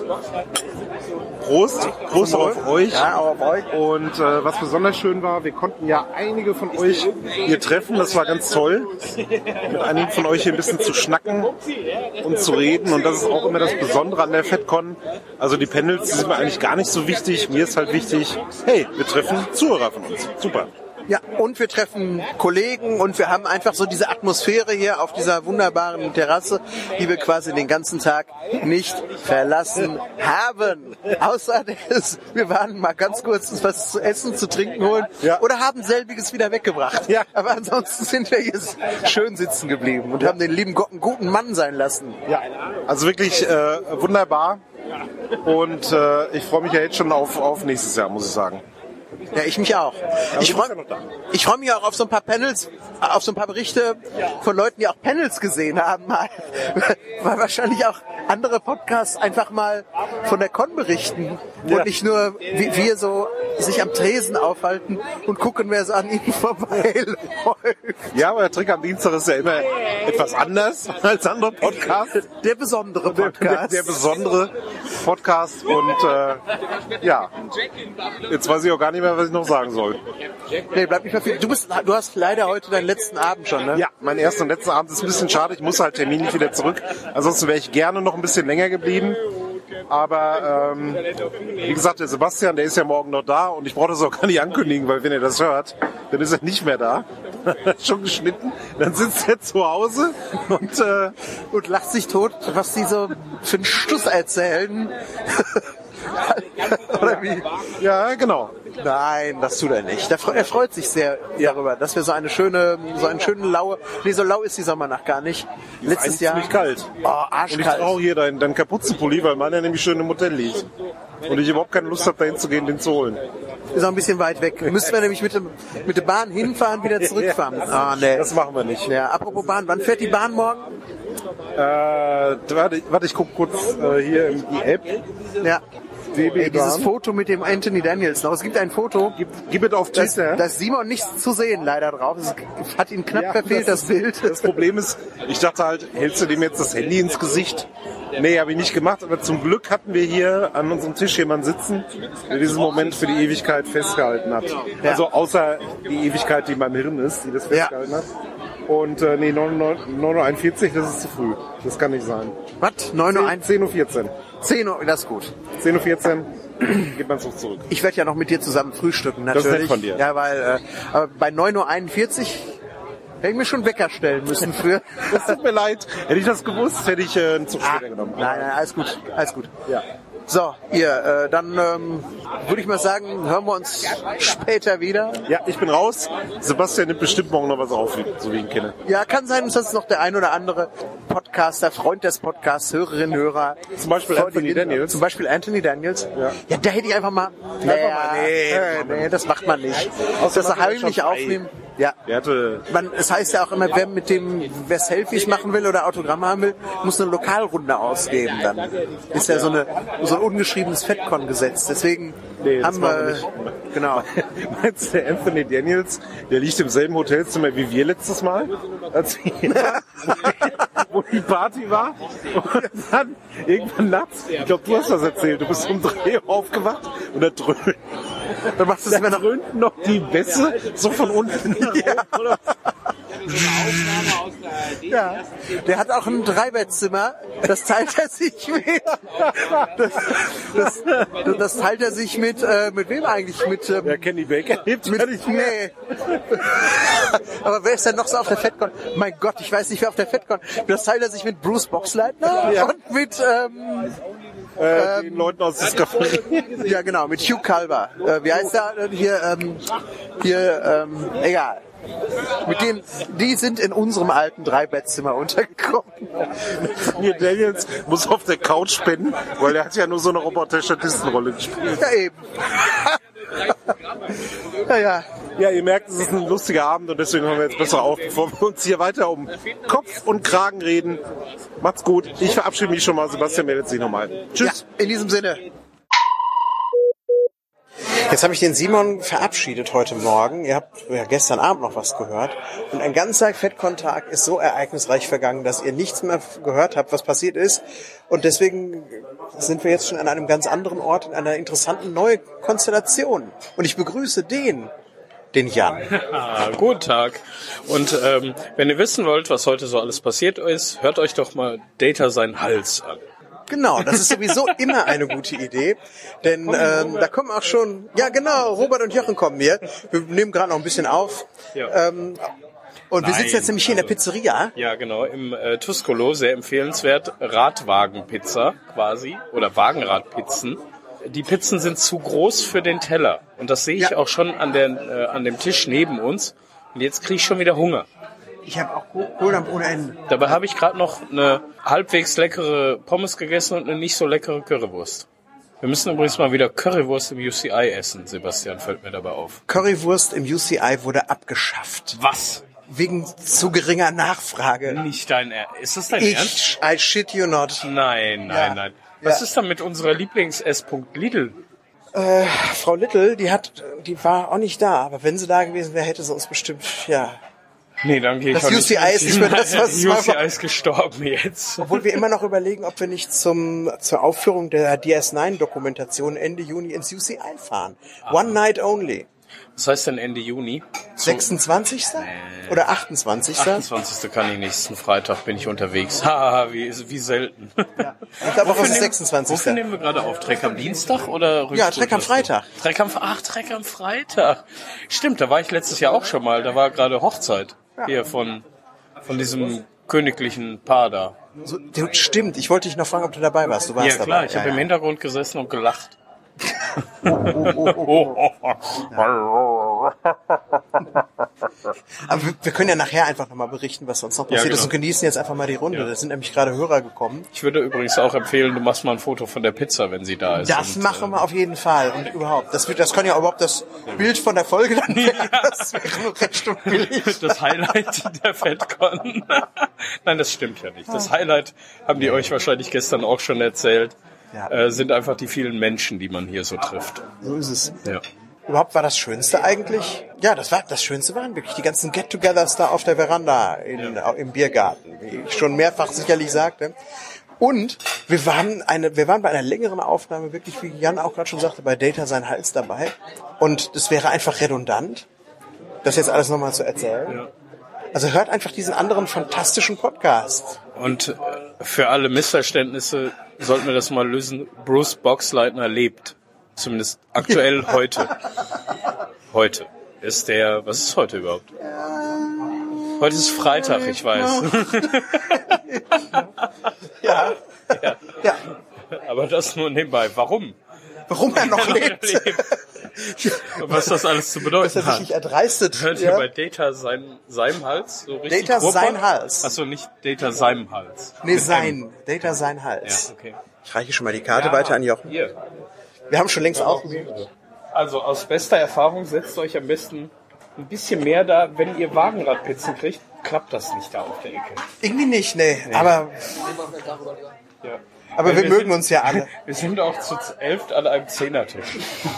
Prost. Prost auf euch. Ja, auf euch. Und äh, was besonders schön war, wir konnten ja einige von euch hier treffen. Das war ganz toll. Mit einigen von euch hier ein bisschen zu schnacken und zu reden. Und das ist auch immer das Besondere an der FedCon. Also die Panels, die sind mir eigentlich gar nicht so wichtig. Mir ist halt wichtig, hey, wir treffen Zuhörer von uns. Super. Ja, und wir treffen Kollegen und wir haben einfach so diese Atmosphäre hier auf dieser wunderbaren Terrasse, die wir quasi den ganzen Tag nicht verlassen haben. Außer des, wir waren mal ganz kurz was zu essen, zu trinken holen Ja. oder haben selbiges wieder weggebracht. Ja. Aber ansonsten sind wir hier schön sitzen geblieben und haben den lieben Gott einen guten Mann sein lassen. Ja, also wirklich äh, wunderbar. Und äh, ich freue mich ja jetzt schon auf, auf nächstes Jahr, muss ich sagen. Ja, ich mich auch. Ich du bist freue ja noch da. ich freu mich auch auf so ein paar Panels, auf so ein paar Berichte von Leuten, die auch Panels gesehen haben, mal. Weil wahrscheinlich auch andere Podcasts einfach mal von der Con berichten Ja. und nicht nur wie wir so sich am Tresen aufhalten und gucken, wer so an ihnen vorbeiläuft. Ja, aber der Trick am Dienstag ist ja immer etwas anders als andere Podcasts. Der besondere Der, Podcast. der besondere Podcast. Und äh, ja, jetzt weiß ich auch gar nicht mehr, was ich noch sagen soll. Nee, bleib nicht mehr viel. Du, bist, du hast leider heute deinen letzten Abend schon, ne? Ja, mein erster und letzter Abend ist ein bisschen schade. Ich muss halt terminlich wieder zurück. Ansonsten wäre ich gerne noch ein bisschen länger geblieben. Aber ähm, wie gesagt, der Sebastian, der ist ja morgen noch da und ich brauche das auch gar nicht ankündigen, weil wenn er das hört, dann ist er nicht mehr da. Hat schon geschnitten. Dann sitzt er zu Hause und äh, Und lacht sich tot, was die so für einen Stuss erzählen. Oder wie? ja, genau. Nein, das tut er nicht. Er freut, er freut sich sehr darüber, dass wir so eine schöne, so eine schöne laue, nee, so lau ist die Sommernacht gar nicht. Letztes Eigentlich Jahr. ziemlich kalt. Oh, Und ich arschkalt. brauche hier deinen, deinen Kapuzenpulli, weil meiner nämlich schön im Hotel liegt. Und ich überhaupt keine Lust habe, dahin zu gehen, den zu holen. Ist auch ein bisschen weit weg. Müssten wir nämlich mit, dem, mit der Bahn hinfahren, wieder zurückfahren. Ah, nee. Das machen wir nicht. Ja, apropos Bahn, wann fährt die Bahn morgen? Äh, warte, warte, ich gucke kurz äh, hier in die App. Ja. D B Ey, dieses Bahn. Foto mit dem Anthony Daniels noch. Es gibt ein Foto, Gib, gib es auf da ist, Twitter. da ist Simon nichts zu sehen leider drauf. Es hat ihn knapp Ja, verfehlt, das, ist- Bild. Das Problem ist, ich dachte halt, hältst du dem jetzt das Handy ins Gesicht? Nee, habe ich nicht gemacht, aber zum Glück hatten wir hier an unserem Tisch jemanden sitzen, der diesen Moment für die Ewigkeit festgehalten hat. Ja. Also außer die Ewigkeit, die in meinem Hirn ist, die das festgehalten hat. Und äh, nee, neun Uhr einundvierzig, das ist zu früh. Das kann nicht sein. Was? neun Uhr eins? zehn Uhr vierzehn. zehn Uhr, das ist gut. zehn Uhr vierzehn geht man so zurück. Ich werde ja noch mit dir zusammen frühstücken, Das ist natürlich. nett von dir. Ja, weil äh, aber bei neun Uhr einundvierzig hätte ich mir schon Wecker stellen müssen für. Das tut mir leid. Hätte ich das gewusst, hätte ich äh, einen Zug Ah, später genommen. nein, nein, alles gut, alles gut. Ja. So, ihr, äh, dann ähm, würde ich mal sagen, hören wir uns später wieder. Ja, ich bin raus. Sebastian nimmt bestimmt morgen noch was auf, so wie ich ihn kenne. Ja, kann sein, dass noch der ein oder andere Podcaster, Freund des Podcasts, Hörerinnen, Hörer. Zum Beispiel vor Anthony die- Daniels. Zum Beispiel Anthony Daniels. Ja. Ja, da hätte ich einfach mal... Einfach mal, nee, nee, nee, das macht man nicht. Außerdem Das macht er heimlich schon frei. aufnehmen. Ja. Der hatte, Man, es heißt ja auch immer, wer mit dem, wer Selfies machen will oder Autogramme haben will, muss eine Lokalrunde ausgeben dann. Ist ja so eine, so ein ungeschriebenes FedCon-Gesetz. Deswegen Nee, das haben machen wir wir, nicht. genau. meinst du, der Anthony Daniels, der liegt im selben Hotelzimmer wie wir letztes Mal, als wir, wo die Party war. Und dann irgendwann nachts, ich glaube, du hast das erzählt, du bist um drei Uhr aufgewacht und da dröhnt, Dann machst du es da immer noch. dröhnten noch die Bässe so von unten nach oben. Oder? Ja, der hat auch ein Dreibettzimmer, das teilt er sich mit. Das, das, das teilt er sich mit, äh, mit wem eigentlich? Mit, ähm, Ja, Kenny Baker lebt ja mit, nicht mehr. nee. Aber wer ist denn noch so auf der FedCon? Mein Gott, ich weiß nicht, wer auf der FedCon. Das teilt er sich mit Bruce Boxleitner Ja. und mit, ähm, Äh, den Leuten aus Discovery. ja genau, mit Hugh Culber. Äh, wie heißt der äh, hier, ähm, hier, ähm, egal. Mit denen, die sind in unserem alten Dreibettzimmer untergekommen. Hier Daniels muss auf der Couch pennen, weil er hat ja nur so eine Roboter-Statistenrolle gespielt. Ja, eben. Ja, ja. Ja, ihr merkt, es ist ein lustiger Abend und deswegen hören wir jetzt besser auf, bevor wir uns hier weiter um Kopf und Kragen reden. Macht's gut. Ich verabschiede mich schon mal. Sebastian meldet sich nochmal. Tschüss. Ja, in diesem Sinne. Jetzt habe ich den Simon verabschiedet heute Morgen. Ihr habt ja gestern Abend noch was gehört. Und ein ganzer FedCon-Tag ist so ereignisreich vergangen, dass ihr nichts mehr gehört habt, was passiert ist. Und deswegen sind wir jetzt schon an einem ganz anderen Ort, in einer interessanten neuen Konstellation. Und ich begrüße den, den Jan. Ah, guten Tag. Und ähm, wenn ihr wissen wollt, was heute so alles passiert ist, hört euch doch mal Data seinen Hals an. Genau, das ist sowieso immer eine gute Idee, denn ähm, da kommen auch schon, ja genau, Robert und Jochen kommen hier. Wir nehmen gerade noch ein bisschen auf. Ja. Ähm, und wir Nein, sitzen jetzt nämlich hier in der also- Pizzeria. Ja, genau, im äh, Tuscolo, sehr empfehlenswert, Radwagenpizza quasi, oder Wagenradpizzen. Die Pizzen sind zu groß für den Teller. Und das sehe ich Ja. auch schon an, der, äh, an dem Tisch neben uns. Und jetzt kriege ich schon wieder Hunger. Ich habe auch Kohldampf ohne Ende. Dabei habe ich gerade noch eine halbwegs leckere Pommes gegessen und eine nicht so leckere Currywurst. Wir müssen übrigens mal wieder Currywurst im U C I essen, Sebastian, fällt mir dabei auf. Currywurst im U C I wurde abgeschafft. Was? Wegen zu geringer Nachfrage. Nicht dein Ernst? Ist das dein Ernst? Ich, I shit you not. Nein, nein, Ja. nein. Was Ja. ist dann mit unserer Lieblings-S. Lidl? Äh, Frau Little, die hat, die war auch nicht da, aber wenn sie da gewesen wäre, hätte sie uns bestimmt, ja. Nee, dann gehe ich Das auch U C I nicht. ist nicht mehr das, was es U mal C I war. ist gestorben jetzt. Obwohl wir immer noch überlegen, ob wir nicht zum, zur Aufführung der D S neun Dokumentation Ende Juni ins U C I fahren. One night only. Was heißt denn Ende Juni? sechsundzwanzigsten Oder achtundzwanzigsten achtundzwanzigsten kann ich nächsten Freitag, bin ich unterwegs. Haha, wie, wie selten. Ja. Ich glaube auch, es ist Wofür sechsundzwanzigsten nehmen wir gerade auf? Treck am Dienstag oder Rückflug? Ja, Treck am Freitag. Treck am, ach, Treck am Freitag. Stimmt, da war ich letztes Jahr auch schon mal. Da war gerade Hochzeit. Hier von, von diesem königlichen Paar da. So, du, stimmt, ich wollte dich noch fragen, ob du dabei warst. Du warst Ja klar, dabei. ich habe ja, im ja. Hintergrund gesessen und gelacht. Aber wir, wir können ja nachher einfach nochmal berichten, was sonst noch passiert genau. ist und genießen jetzt einfach mal die Runde. Ja. Da sind nämlich gerade Hörer gekommen. Ich würde übrigens auch empfehlen, du machst mal ein Foto von der Pizza, wenn sie da ist. Das und, machen wir auf jeden Fall. Und überhaupt, das, wird, das kann ja überhaupt das Bild von der Folge dann werden. Das wäre nur recht und billig. Das Highlight der FedCon. Nein, das stimmt ja nicht. Das Highlight haben die euch wahrscheinlich gestern auch schon erzählt. Ja. Äh, sind einfach die vielen Menschen, die man hier so trifft. So ist es. Ja. Überhaupt war das Schönste eigentlich, ja, das war das Schönste waren wirklich die ganzen Get-togethers da auf der Veranda in, Ja. im Biergarten, wie ich schon mehrfach sicherlich sagte. Und wir waren eine, wir waren bei einer längeren Aufnahme wirklich, wie Jan auch gerade schon sagte, bei Data sein Hals dabei. Und es wäre einfach redundant, das jetzt alles nochmal zu erzählen. Ja. Also hört einfach diesen anderen fantastischen Podcast. Und äh, für alle Missverständnisse sollten wir das mal lösen. Bruce Boxleitner lebt. Zumindest aktuell heute. Heute ist der, was ist heute überhaupt? Heute ist Freitag, ich weiß. Ja. Ja. Ja. Aber das nur nebenbei. Warum? Warum er noch lebt. Und was das alles zu bedeuten Dass er sich hat. nicht erdreistet. Hört ihr Ja. bei Data sein, seinem Hals? So richtig Data Ruhrpott? sein Hals. Achso, nicht Data seinem Hals. Nee, Mit sein. Data sein M. Hals. Ja, okay. Ich reiche schon mal die Karte weiter an Jochen. Hier. Wir haben schon längst ausgesucht. Also aus bester Erfahrung setzt euch am besten ein bisschen mehr da. Wenn ihr Wagenradpizzen kriegt, klappt das nicht da auf der Ecke. Irgendwie nicht, nee. Aber, Ja. aber Weil wir, wir mögen sind- uns ja alle. Wir sind auch zu elft an einem Zehnertisch.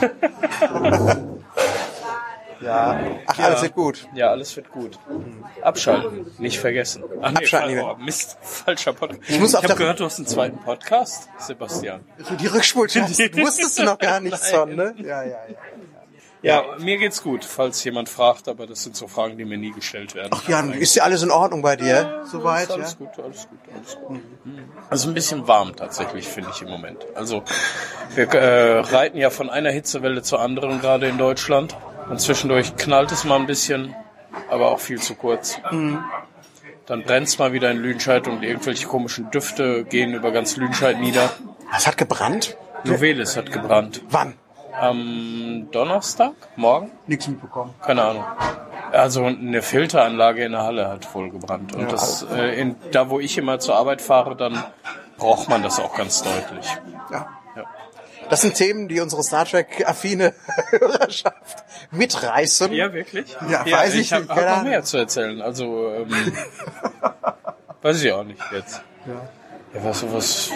Ja. Ach, alles wird gut. Ja, alles wird gut. Abschalten, nicht vergessen. Ach, nee, Abschalten, Fall- oh, Mist, falscher Podcast. Ich muss auf ich der- habe gehört, du hast einen zweiten Podcast, Sebastian. Die Rückspultaste, wusstest du noch gar nichts von, ne? Ja, ja, ja. Ja, mir geht's gut, falls jemand fragt, aber das sind so Fragen, die mir nie gestellt werden. Ach Jan, ist ja alles in Ordnung bei dir? Soweit, Ist alles ja? gut, alles gut, alles gut. Also ein bisschen warm tatsächlich, finde ich im Moment. Also wir äh, reiten ja von einer Hitzewelle zur anderen gerade in Deutschland. Und zwischendurch knallt es mal ein bisschen, aber auch viel zu kurz. Dann brennt's mal wieder in Lüdenscheid und irgendwelche komischen Düfte gehen über ganz Lüdenscheid nieder. Es hat gebrannt? Novelis hat gebrannt. Wann? Am Donnerstag? Morgen? Nichts mitbekommen. Keine Ahnung. Also eine Filteranlage in der Halle hat wohl gebrannt. Und Ja. das, äh, in, da, wo ich immer zur Arbeit fahre, dann braucht man das auch ganz deutlich. Ja. Ja. Das sind Themen, die unsere Star Trek-affine Hörerschaft mitreißen. Ja, wirklich? Ja, weiß ich ich habe nicht, hab keine noch Ahnung. mehr zu erzählen. Also, ähm, weiß ich auch nicht jetzt. Ja, was, was,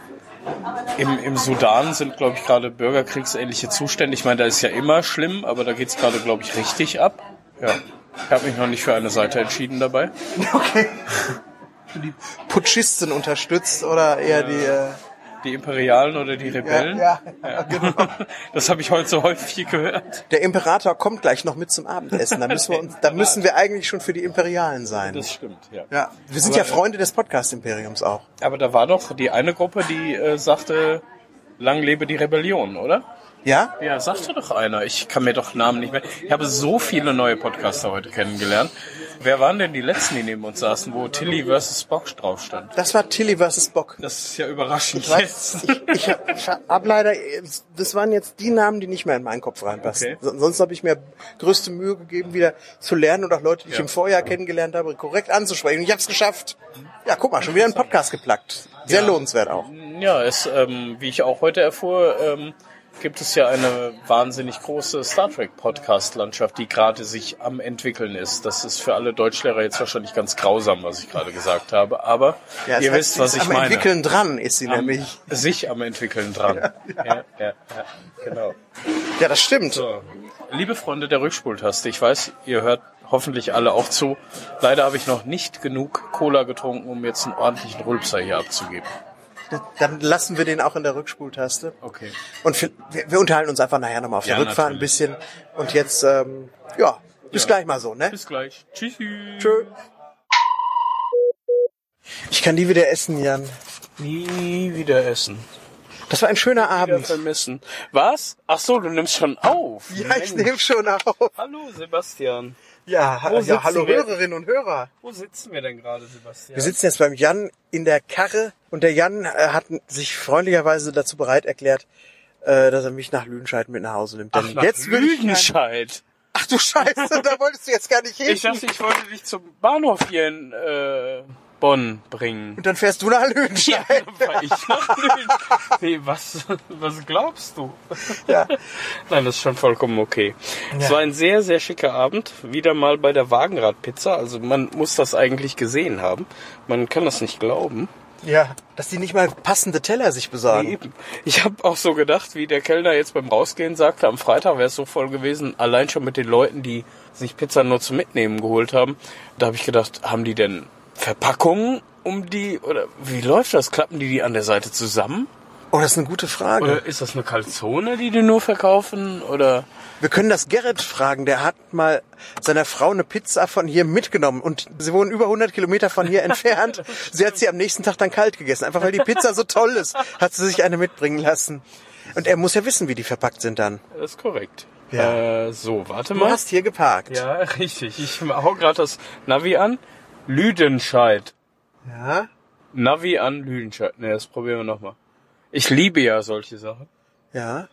im, im Sudan sind, glaube ich, gerade bürgerkriegsähnliche Zustände. Ich meine, da ist ja immer schlimm, aber da geht's gerade, glaube ich, richtig ab. Ja. Ich habe mich noch nicht für eine Seite entschieden dabei. Okay. Die Putschisten unterstützt oder eher die... Äh, Die Imperialen oder die Rebellen? ja, ja, genau. Das habe ich heute so häufig gehört. Der Imperator kommt gleich noch mit zum Abendessen. Da müssen wir uns, da müssen wir eigentlich schon für die Imperialen sein. Das stimmt, ja. Ja, wir sind Aber, ja Freunde des Podcast-Imperiums auch. Aber da war doch die eine Gruppe, die äh, sagte, lang lebe die Rebellion, oder? Ja? Ja, sagte doch einer. Ich kann mir doch Namen nicht mehr... Ich habe so viele neue Podcaster heute kennengelernt. Wer waren denn die letzten, die neben uns saßen, wo Tilly versus Spock drauf stand? Das war Tilly versus Bock. Das ist ja überraschend. Ich weiß, ich, ich hab, ich hab leider, das waren jetzt die Namen, die nicht mehr in meinen Kopf reinpassen. Okay. Sonst habe ich mir größte Mühe gegeben, wieder zu lernen und auch Leute, die ich Ja. im Vorjahr kennengelernt habe, korrekt anzusprechen. Und ich habe es geschafft. Ja, guck mal, schon wieder ein Podcast geplackt. Sehr Ja. lohnenswert auch. Ja, es, ähm, wie ich auch heute erfuhr, ähm, gibt es ja eine wahnsinnig große Star Trek Podcast-Landschaft, die gerade sich am entwickeln ist. Das ist für alle Deutschlehrer jetzt wahrscheinlich ganz grausam, was ich gerade gesagt habe. Aber Ja, ihr das heißt, wisst, sie was ist ich am meine. Entwickeln dran ist sie Am, nämlich. sich am entwickeln dran. Ja, ja, ja, ja, genau. Ja, das stimmt. So. Liebe Freunde der Rückspultaste, ich weiß, ihr hört hoffentlich alle auch zu. Leider habe ich noch nicht genug Cola getrunken, um jetzt einen ordentlichen Rülpser hier abzugeben. Dann lassen wir den auch in der Rückspultaste. Okay. Und wir, wir unterhalten uns einfach nachher nochmal auf der Ja, Rückfahrt ein natürlich. bisschen. Und jetzt, ähm, ja, bis Ja. gleich mal so, ne? Bis gleich. Tschüss. Tschö. Ich kann die wieder essen, Jan. Nie wieder essen. Das war ein schöner Wieder Abend. vermissen. Was? Ach so, du nimmst schon auf. Ja, ich Mensch. nehme schon auf. Hallo Sebastian. Ja, ha- Wo ja sitzen hallo wir? Hörerinnen und Hörer. Wo sitzen wir denn gerade, Sebastian? Wir sitzen jetzt beim Jan in der Karre und der Jan äh, hat sich freundlicherweise dazu bereit erklärt, äh, dass er mich nach Lüdenscheid mit nach Hause nimmt. Ach, Denn nach jetzt will ich kein- Lüdenscheid. Ach du Scheiße, da wolltest du jetzt gar nicht hin. Ich dachte, ich wollte dich zum Bahnhof hier in äh, Bonn bringen. Und dann fährst du nach Lüdenscheid. Ja, war ich nach Lüdenscheid. Nee, was, was glaubst du? Ja. Nein, das ist schon vollkommen okay. Es war ein sehr, sehr schicker Abend. Wieder mal bei der Wagenradpizza. Also man muss das eigentlich gesehen haben. Man kann das nicht glauben. Ja, dass die nicht mal passende Teller sich besorgen. Eben. Ich habe auch so gedacht, wie der Kellner jetzt beim Rausgehen sagte, am Freitag wäre es so voll gewesen, allein schon mit den Leuten, die sich Pizza nur zum Mitnehmen geholt haben. Da habe ich gedacht, haben die denn Verpackungen um die, oder wie läuft das? Klappen die die an der Seite zusammen? Oh, das ist eine gute Frage. Oder ist das eine Calzone, die die nur verkaufen? Oder Wir können das Gerrit fragen. Der hat mal seiner Frau eine Pizza von hier mitgenommen und sie wohnen über hundert Kilometer von hier entfernt. Sie hat sie am nächsten Tag dann kalt gegessen. Einfach weil die Pizza so toll ist, hat sie sich eine mitbringen lassen. Und er muss ja wissen, wie die verpackt sind dann. das ist korrekt. Ja. Äh, so, warte Du mal. hast hier geparkt. Ja, richtig. Ich hau gerade das Navi an. Lüdenscheid. Ja. Navi an Lüdenscheid. Ne, das probieren wir nochmal. Ich liebe ja solche Sachen. Ja.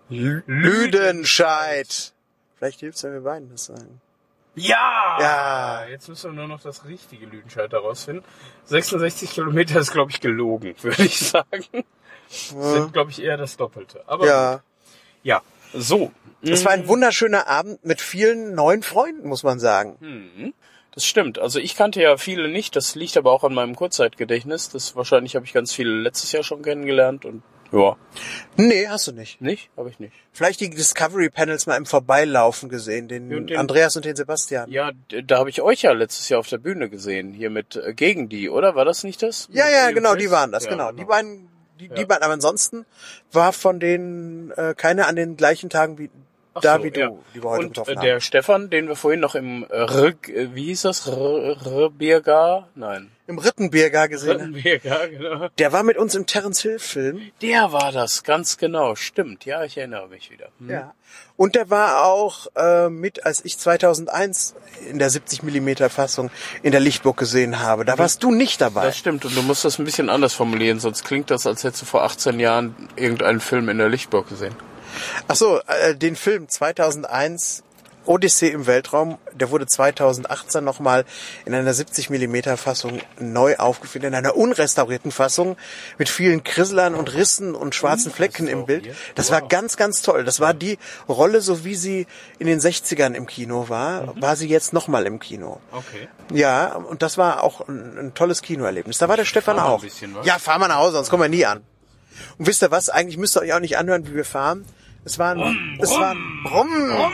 Lüdenscheid. Vielleicht hilft's, wenn wir beiden das sagen. Ja! Ja. Jetzt müssen wir nur noch das richtige Lüdenscheid herausfinden. sechsundsechzig Kilometer ist, glaube ich, gelogen, würde ich sagen. Sind, glaube ich, eher das Doppelte. Aber Ja. ja. So. Es war ein wunderschöner Abend mit vielen neuen Freunden, muss man sagen. Das stimmt. Also ich kannte ja viele nicht. Das liegt aber auch an meinem Kurzzeitgedächtnis. Das wahrscheinlich habe ich ganz viele letztes Jahr schon kennengelernt und ja. Nee, hast du nicht. Nicht? Habe ich nicht. Vielleicht die Discovery Panels mal im Vorbeilaufen gesehen, den, Und den- Andreas und den Sebastian. Ja, d- da habe ich euch ja letztes Jahr auf der Bühne gesehen. Hier mit äh, Gegen die, oder? War das nicht das? Ja, Mit ja, Ian genau, Chris? die waren das, Ja, genau. Die beiden, die, die Ja. beiden, aber ansonsten war von denen äh, keine an den gleichen Tagen wie Ach da so, wie du, ja. die wir heute Und getroffen äh, haben. der Stefan, den wir vorhin noch im äh, R, äh, wie hieß das? Rebirgar? Nein. Im Rittenbierger gesehen. haben. Rittenberger, genau. Der war mit uns im Terence Hill Film. Der war das, ganz genau. Stimmt, ja, ich erinnere mich wieder. Hm. Ja. Und der war auch äh, mit, als ich zweitausendeins in der siebzig Millimeter Fassung in der Lichtburg gesehen habe. Da warst du nicht dabei. Das stimmt, und du musst das ein bisschen anders formulieren, sonst klingt das, als hättest du vor achtzehn Jahren irgendeinen Film in der Lichtburg gesehen. Ach so, äh, den Film zweitausendeins Odyssee im Weltraum, der wurde zweitausendachtzehn nochmal in einer siebzig Millimeter Fassung neu aufgeführt, in einer unrestaurierten Fassung mit vielen Krisselern und Rissen und schwarzen Flecken im Bild. Das war ganz, ganz toll. Das war die Rolle, so wie sie in den sechzigern im Kino war, war sie jetzt nochmal im Kino. Okay. Ja, und das war auch ein, ein tolles Kinoerlebnis. Da war der Stefan Fahr mal auch. ein bisschen, was? Ja, fahr mal nach Hause, sonst kommen wir nie an. Und wisst ihr was? Eigentlich müsst ihr euch auch nicht anhören, wie wir fahren. Es war ein, es war ein Brumm.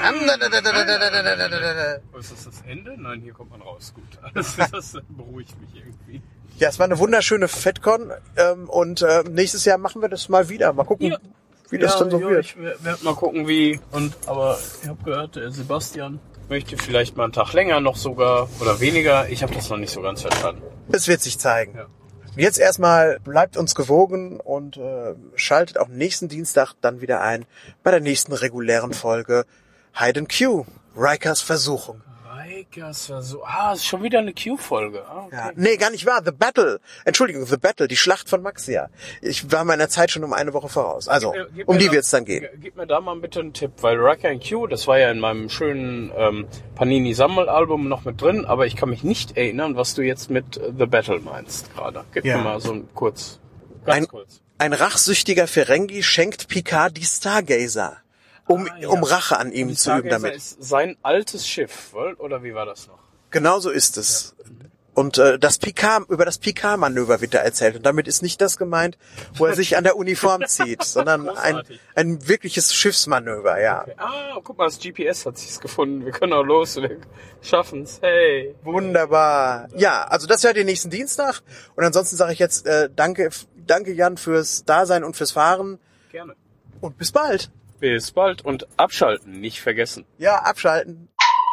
Ist das das Ende? Nein, hier kommt man raus. Gut. Das, das beruhigt mich irgendwie. Ja, es war eine wunderschöne FedCon ähm, und äh, nächstes Jahr machen wir das mal wieder. Mal gucken, Ja. wie das ja, dann so ja, wird. Ich werde mal gucken, wie. Und aber ich habe gehört, der Sebastian möchte vielleicht mal einen Tag länger noch sogar oder weniger. Ich habe das noch nicht so ganz verstanden. Es wird sich zeigen. Ja. Jetzt erstmal bleibt uns gewogen und äh, schaltet auch nächsten Dienstag dann wieder ein bei der nächsten regulären Folge Hide and Q, Rikers Versuchung. Rikers Versuch. Ah, ist schon wieder eine Q-Folge. Ah, okay. Ja, nee, gar nicht wahr. The Battle. Entschuldigung, The Battle, die Schlacht von Maxia. Ich war meiner Zeit schon um eine Woche voraus. Also, Gib mir- gib um mir die da- wird's dann gehen. g- Gib mir da mal bitte einen Tipp, weil Riker and Q, das war ja in meinem schönen ähm, Panini-Sammelalbum noch mit drin, aber ich kann mich nicht erinnern, was du jetzt mit äh, The Battle meinst gerade. Gib Ja. mir mal so ein kurz, ganz Ein, kurz. ein rachsüchtiger Ferengi schenkt Picard die Stargazer, um, Ah, ja. um Rache an ihm Die zu üben Stargazer damit. ist sein altes Schiff, wohl? Oder wie war das noch? Genau so ist es. Und äh, das Picard, über das Picard-Manöver wird da erzählt. Und damit ist nicht das gemeint, wo er sich an der Uniform zieht, sondern ein, Großartig. ein wirkliches Schiffsmanöver, ja. Okay. Ah, guck mal, das G P S hat sich's gefunden. Wir können auch los, wir schaffen's. Hey. Wunderbar. Ja, also das wäre den nächsten Dienstag. Und ansonsten sage ich jetzt äh, danke, danke Jan fürs Dasein und fürs Fahren. Gerne. Und bis bald. Bis bald und abschalten, nicht vergessen. Ja, abschalten.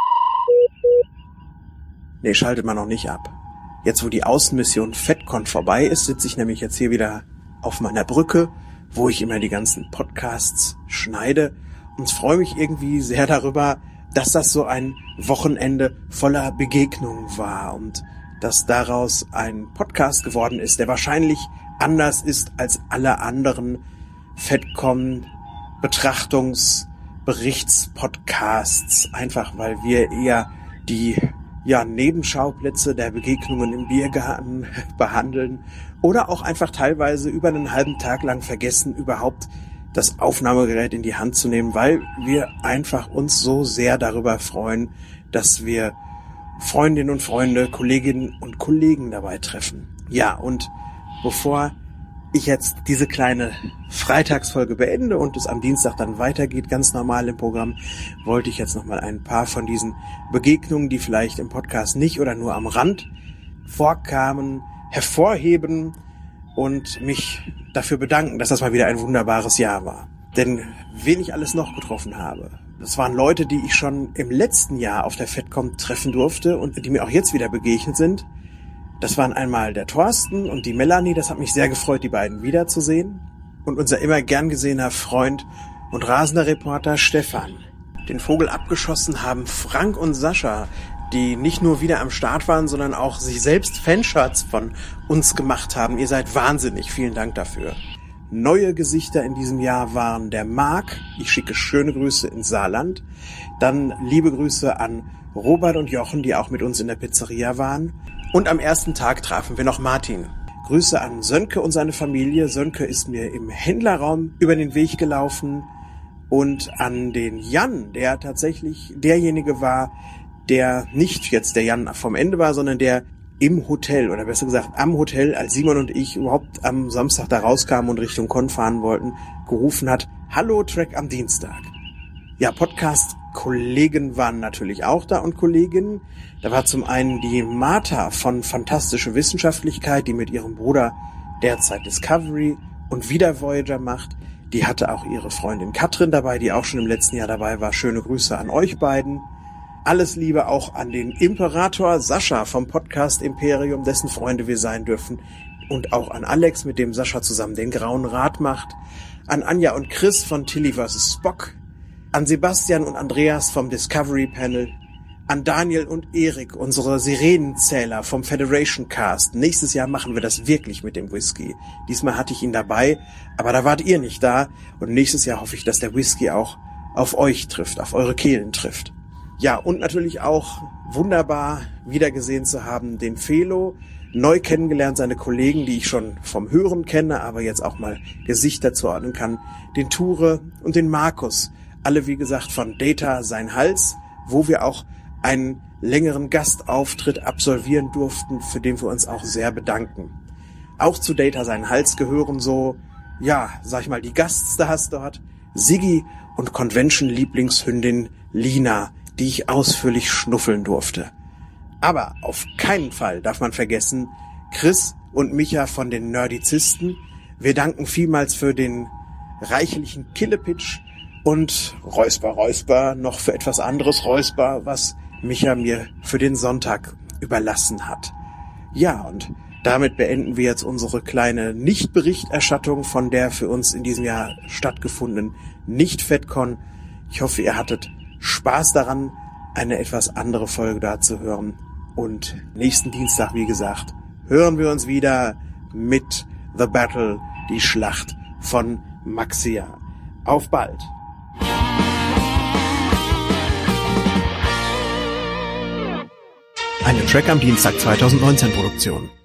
Nee, schaltet man noch nicht ab. Jetzt, wo die Außenmission FedCon vorbei ist, sitze ich nämlich jetzt hier wieder auf meiner Brücke, wo ich immer die ganzen Podcasts schneide und freue mich irgendwie sehr darüber, dass das so ein Wochenende voller Begegnungen war und dass daraus ein Podcast geworden ist, der wahrscheinlich anders ist als alle anderen FedCon Betrachtungs-, Berichtspodcasts, einfach weil wir eher die ja, Nebenschauplätze der Begegnungen im Biergarten behandeln oder auch einfach teilweise über einen halben Tag lang vergessen, überhaupt das Aufnahmegerät in die Hand zu nehmen, weil wir einfach uns so sehr darüber freuen, dass wir Freundinnen und Freunde, Kolleginnen und Kollegen dabei treffen. Ja, und bevor ich jetzt diese kleine Freitagsfolge beende und es am Dienstag dann weitergeht, ganz normal im Programm, wollte ich jetzt nochmal ein paar von diesen Begegnungen, die vielleicht im Podcast nicht oder nur am Rand vorkamen, hervorheben und mich dafür bedanken, dass das mal wieder ein wunderbares Jahr war. Denn wen ich alles noch getroffen habe, das waren Leute, die ich schon im letzten Jahr auf der FedCon treffen durfte und die mir auch jetzt wieder begegnet sind. Das waren einmal der Thorsten und die Melanie, das hat mich sehr gefreut, die beiden wiederzusehen. Und unser immer gern gesehener Freund und rasender Reporter Stefan. Den Vogel abgeschossen haben Frank und Sascha, die nicht nur wieder am Start waren, sondern auch sich selbst Fanshirts von uns gemacht haben. Ihr seid wahnsinnig, vielen Dank dafür. Neue Gesichter in diesem Jahr waren der Marc, ich schicke schöne Grüße ins Saarland. Dann liebe Grüße an Robert und Jochen, die auch mit uns in der Pizzeria waren. Und am ersten Tag trafen wir noch Martin. Grüße an Sönke und seine Familie. Sönke ist mir im Händlerraum über den Weg gelaufen. Und an den Jan, der tatsächlich derjenige war, der nicht jetzt der Jan vom Ende war, sondern der im Hotel, oder besser gesagt am Hotel, als Simon und ich überhaupt am Samstag da rauskamen und Richtung Con fahren wollten, gerufen hat, Hallo Track am Dienstag. Ja, Podcast-Kollegen waren natürlich auch da und Kolleginnen. Da war zum einen die Martha von Fantastische Wissenschaftlichkeit, die mit ihrem Bruder derzeit Discovery und wieder Voyager macht. Die hatte auch ihre Freundin Katrin dabei, die auch schon im letzten Jahr dabei war. Schöne Grüße an euch beiden. Alles Liebe auch an den Imperator Sascha vom Podcast Imperium, dessen Freunde wir sein dürfen. Und auch an Alex, mit dem Sascha zusammen den Grauen Rat macht. An Anja und Chris von Tilly versus. Spock. An Sebastian und Andreas vom Discovery Panel. An Daniel und Erik, unsere Sirenenzähler vom Federation Cast. Nächstes Jahr machen wir das wirklich mit dem Whisky. Diesmal hatte ich ihn dabei, aber da wart ihr nicht da. Und nächstes Jahr hoffe ich, dass der Whisky auch auf euch trifft, auf eure Kehlen trifft. Ja, und natürlich auch wunderbar wiedergesehen zu haben den Felo, neu kennengelernt seine Kollegen, die ich schon vom Hören kenne, aber jetzt auch mal Gesichter zuordnen kann, den Ture und den Markus. Alle, wie gesagt, von Data sein Hals, wo wir auch einen längeren Gastauftritt absolvieren durften, für den wir uns auch sehr bedanken. Auch zu Data sein Hals gehören so, ja, sag ich mal, die Gaststars dort, Siggi und Convention-Lieblingshündin Lina, die ich ausführlich schnuffeln durfte. Aber auf keinen Fall darf man vergessen, Chris und Micha von den Nerdizisten. Wir danken vielmals für den reichlichen Killepitch und Räusper, Räusper, noch für etwas anderes Räusper, was Micha mir für den Sonntag überlassen hat. Ja, und damit beenden wir jetzt unsere kleine Nicht-Berichterstattung von der für uns in diesem Jahr stattgefundenen Nicht-FedCon. Ich hoffe, ihr hattet Spaß daran, eine etwas andere Folge da zu hören. Und nächsten Dienstag, wie gesagt, hören wir uns wieder mit The Battle, die Schlacht von Maxia. Auf bald! Eine Track am Dienstag zweitausendneunzehn Produktion.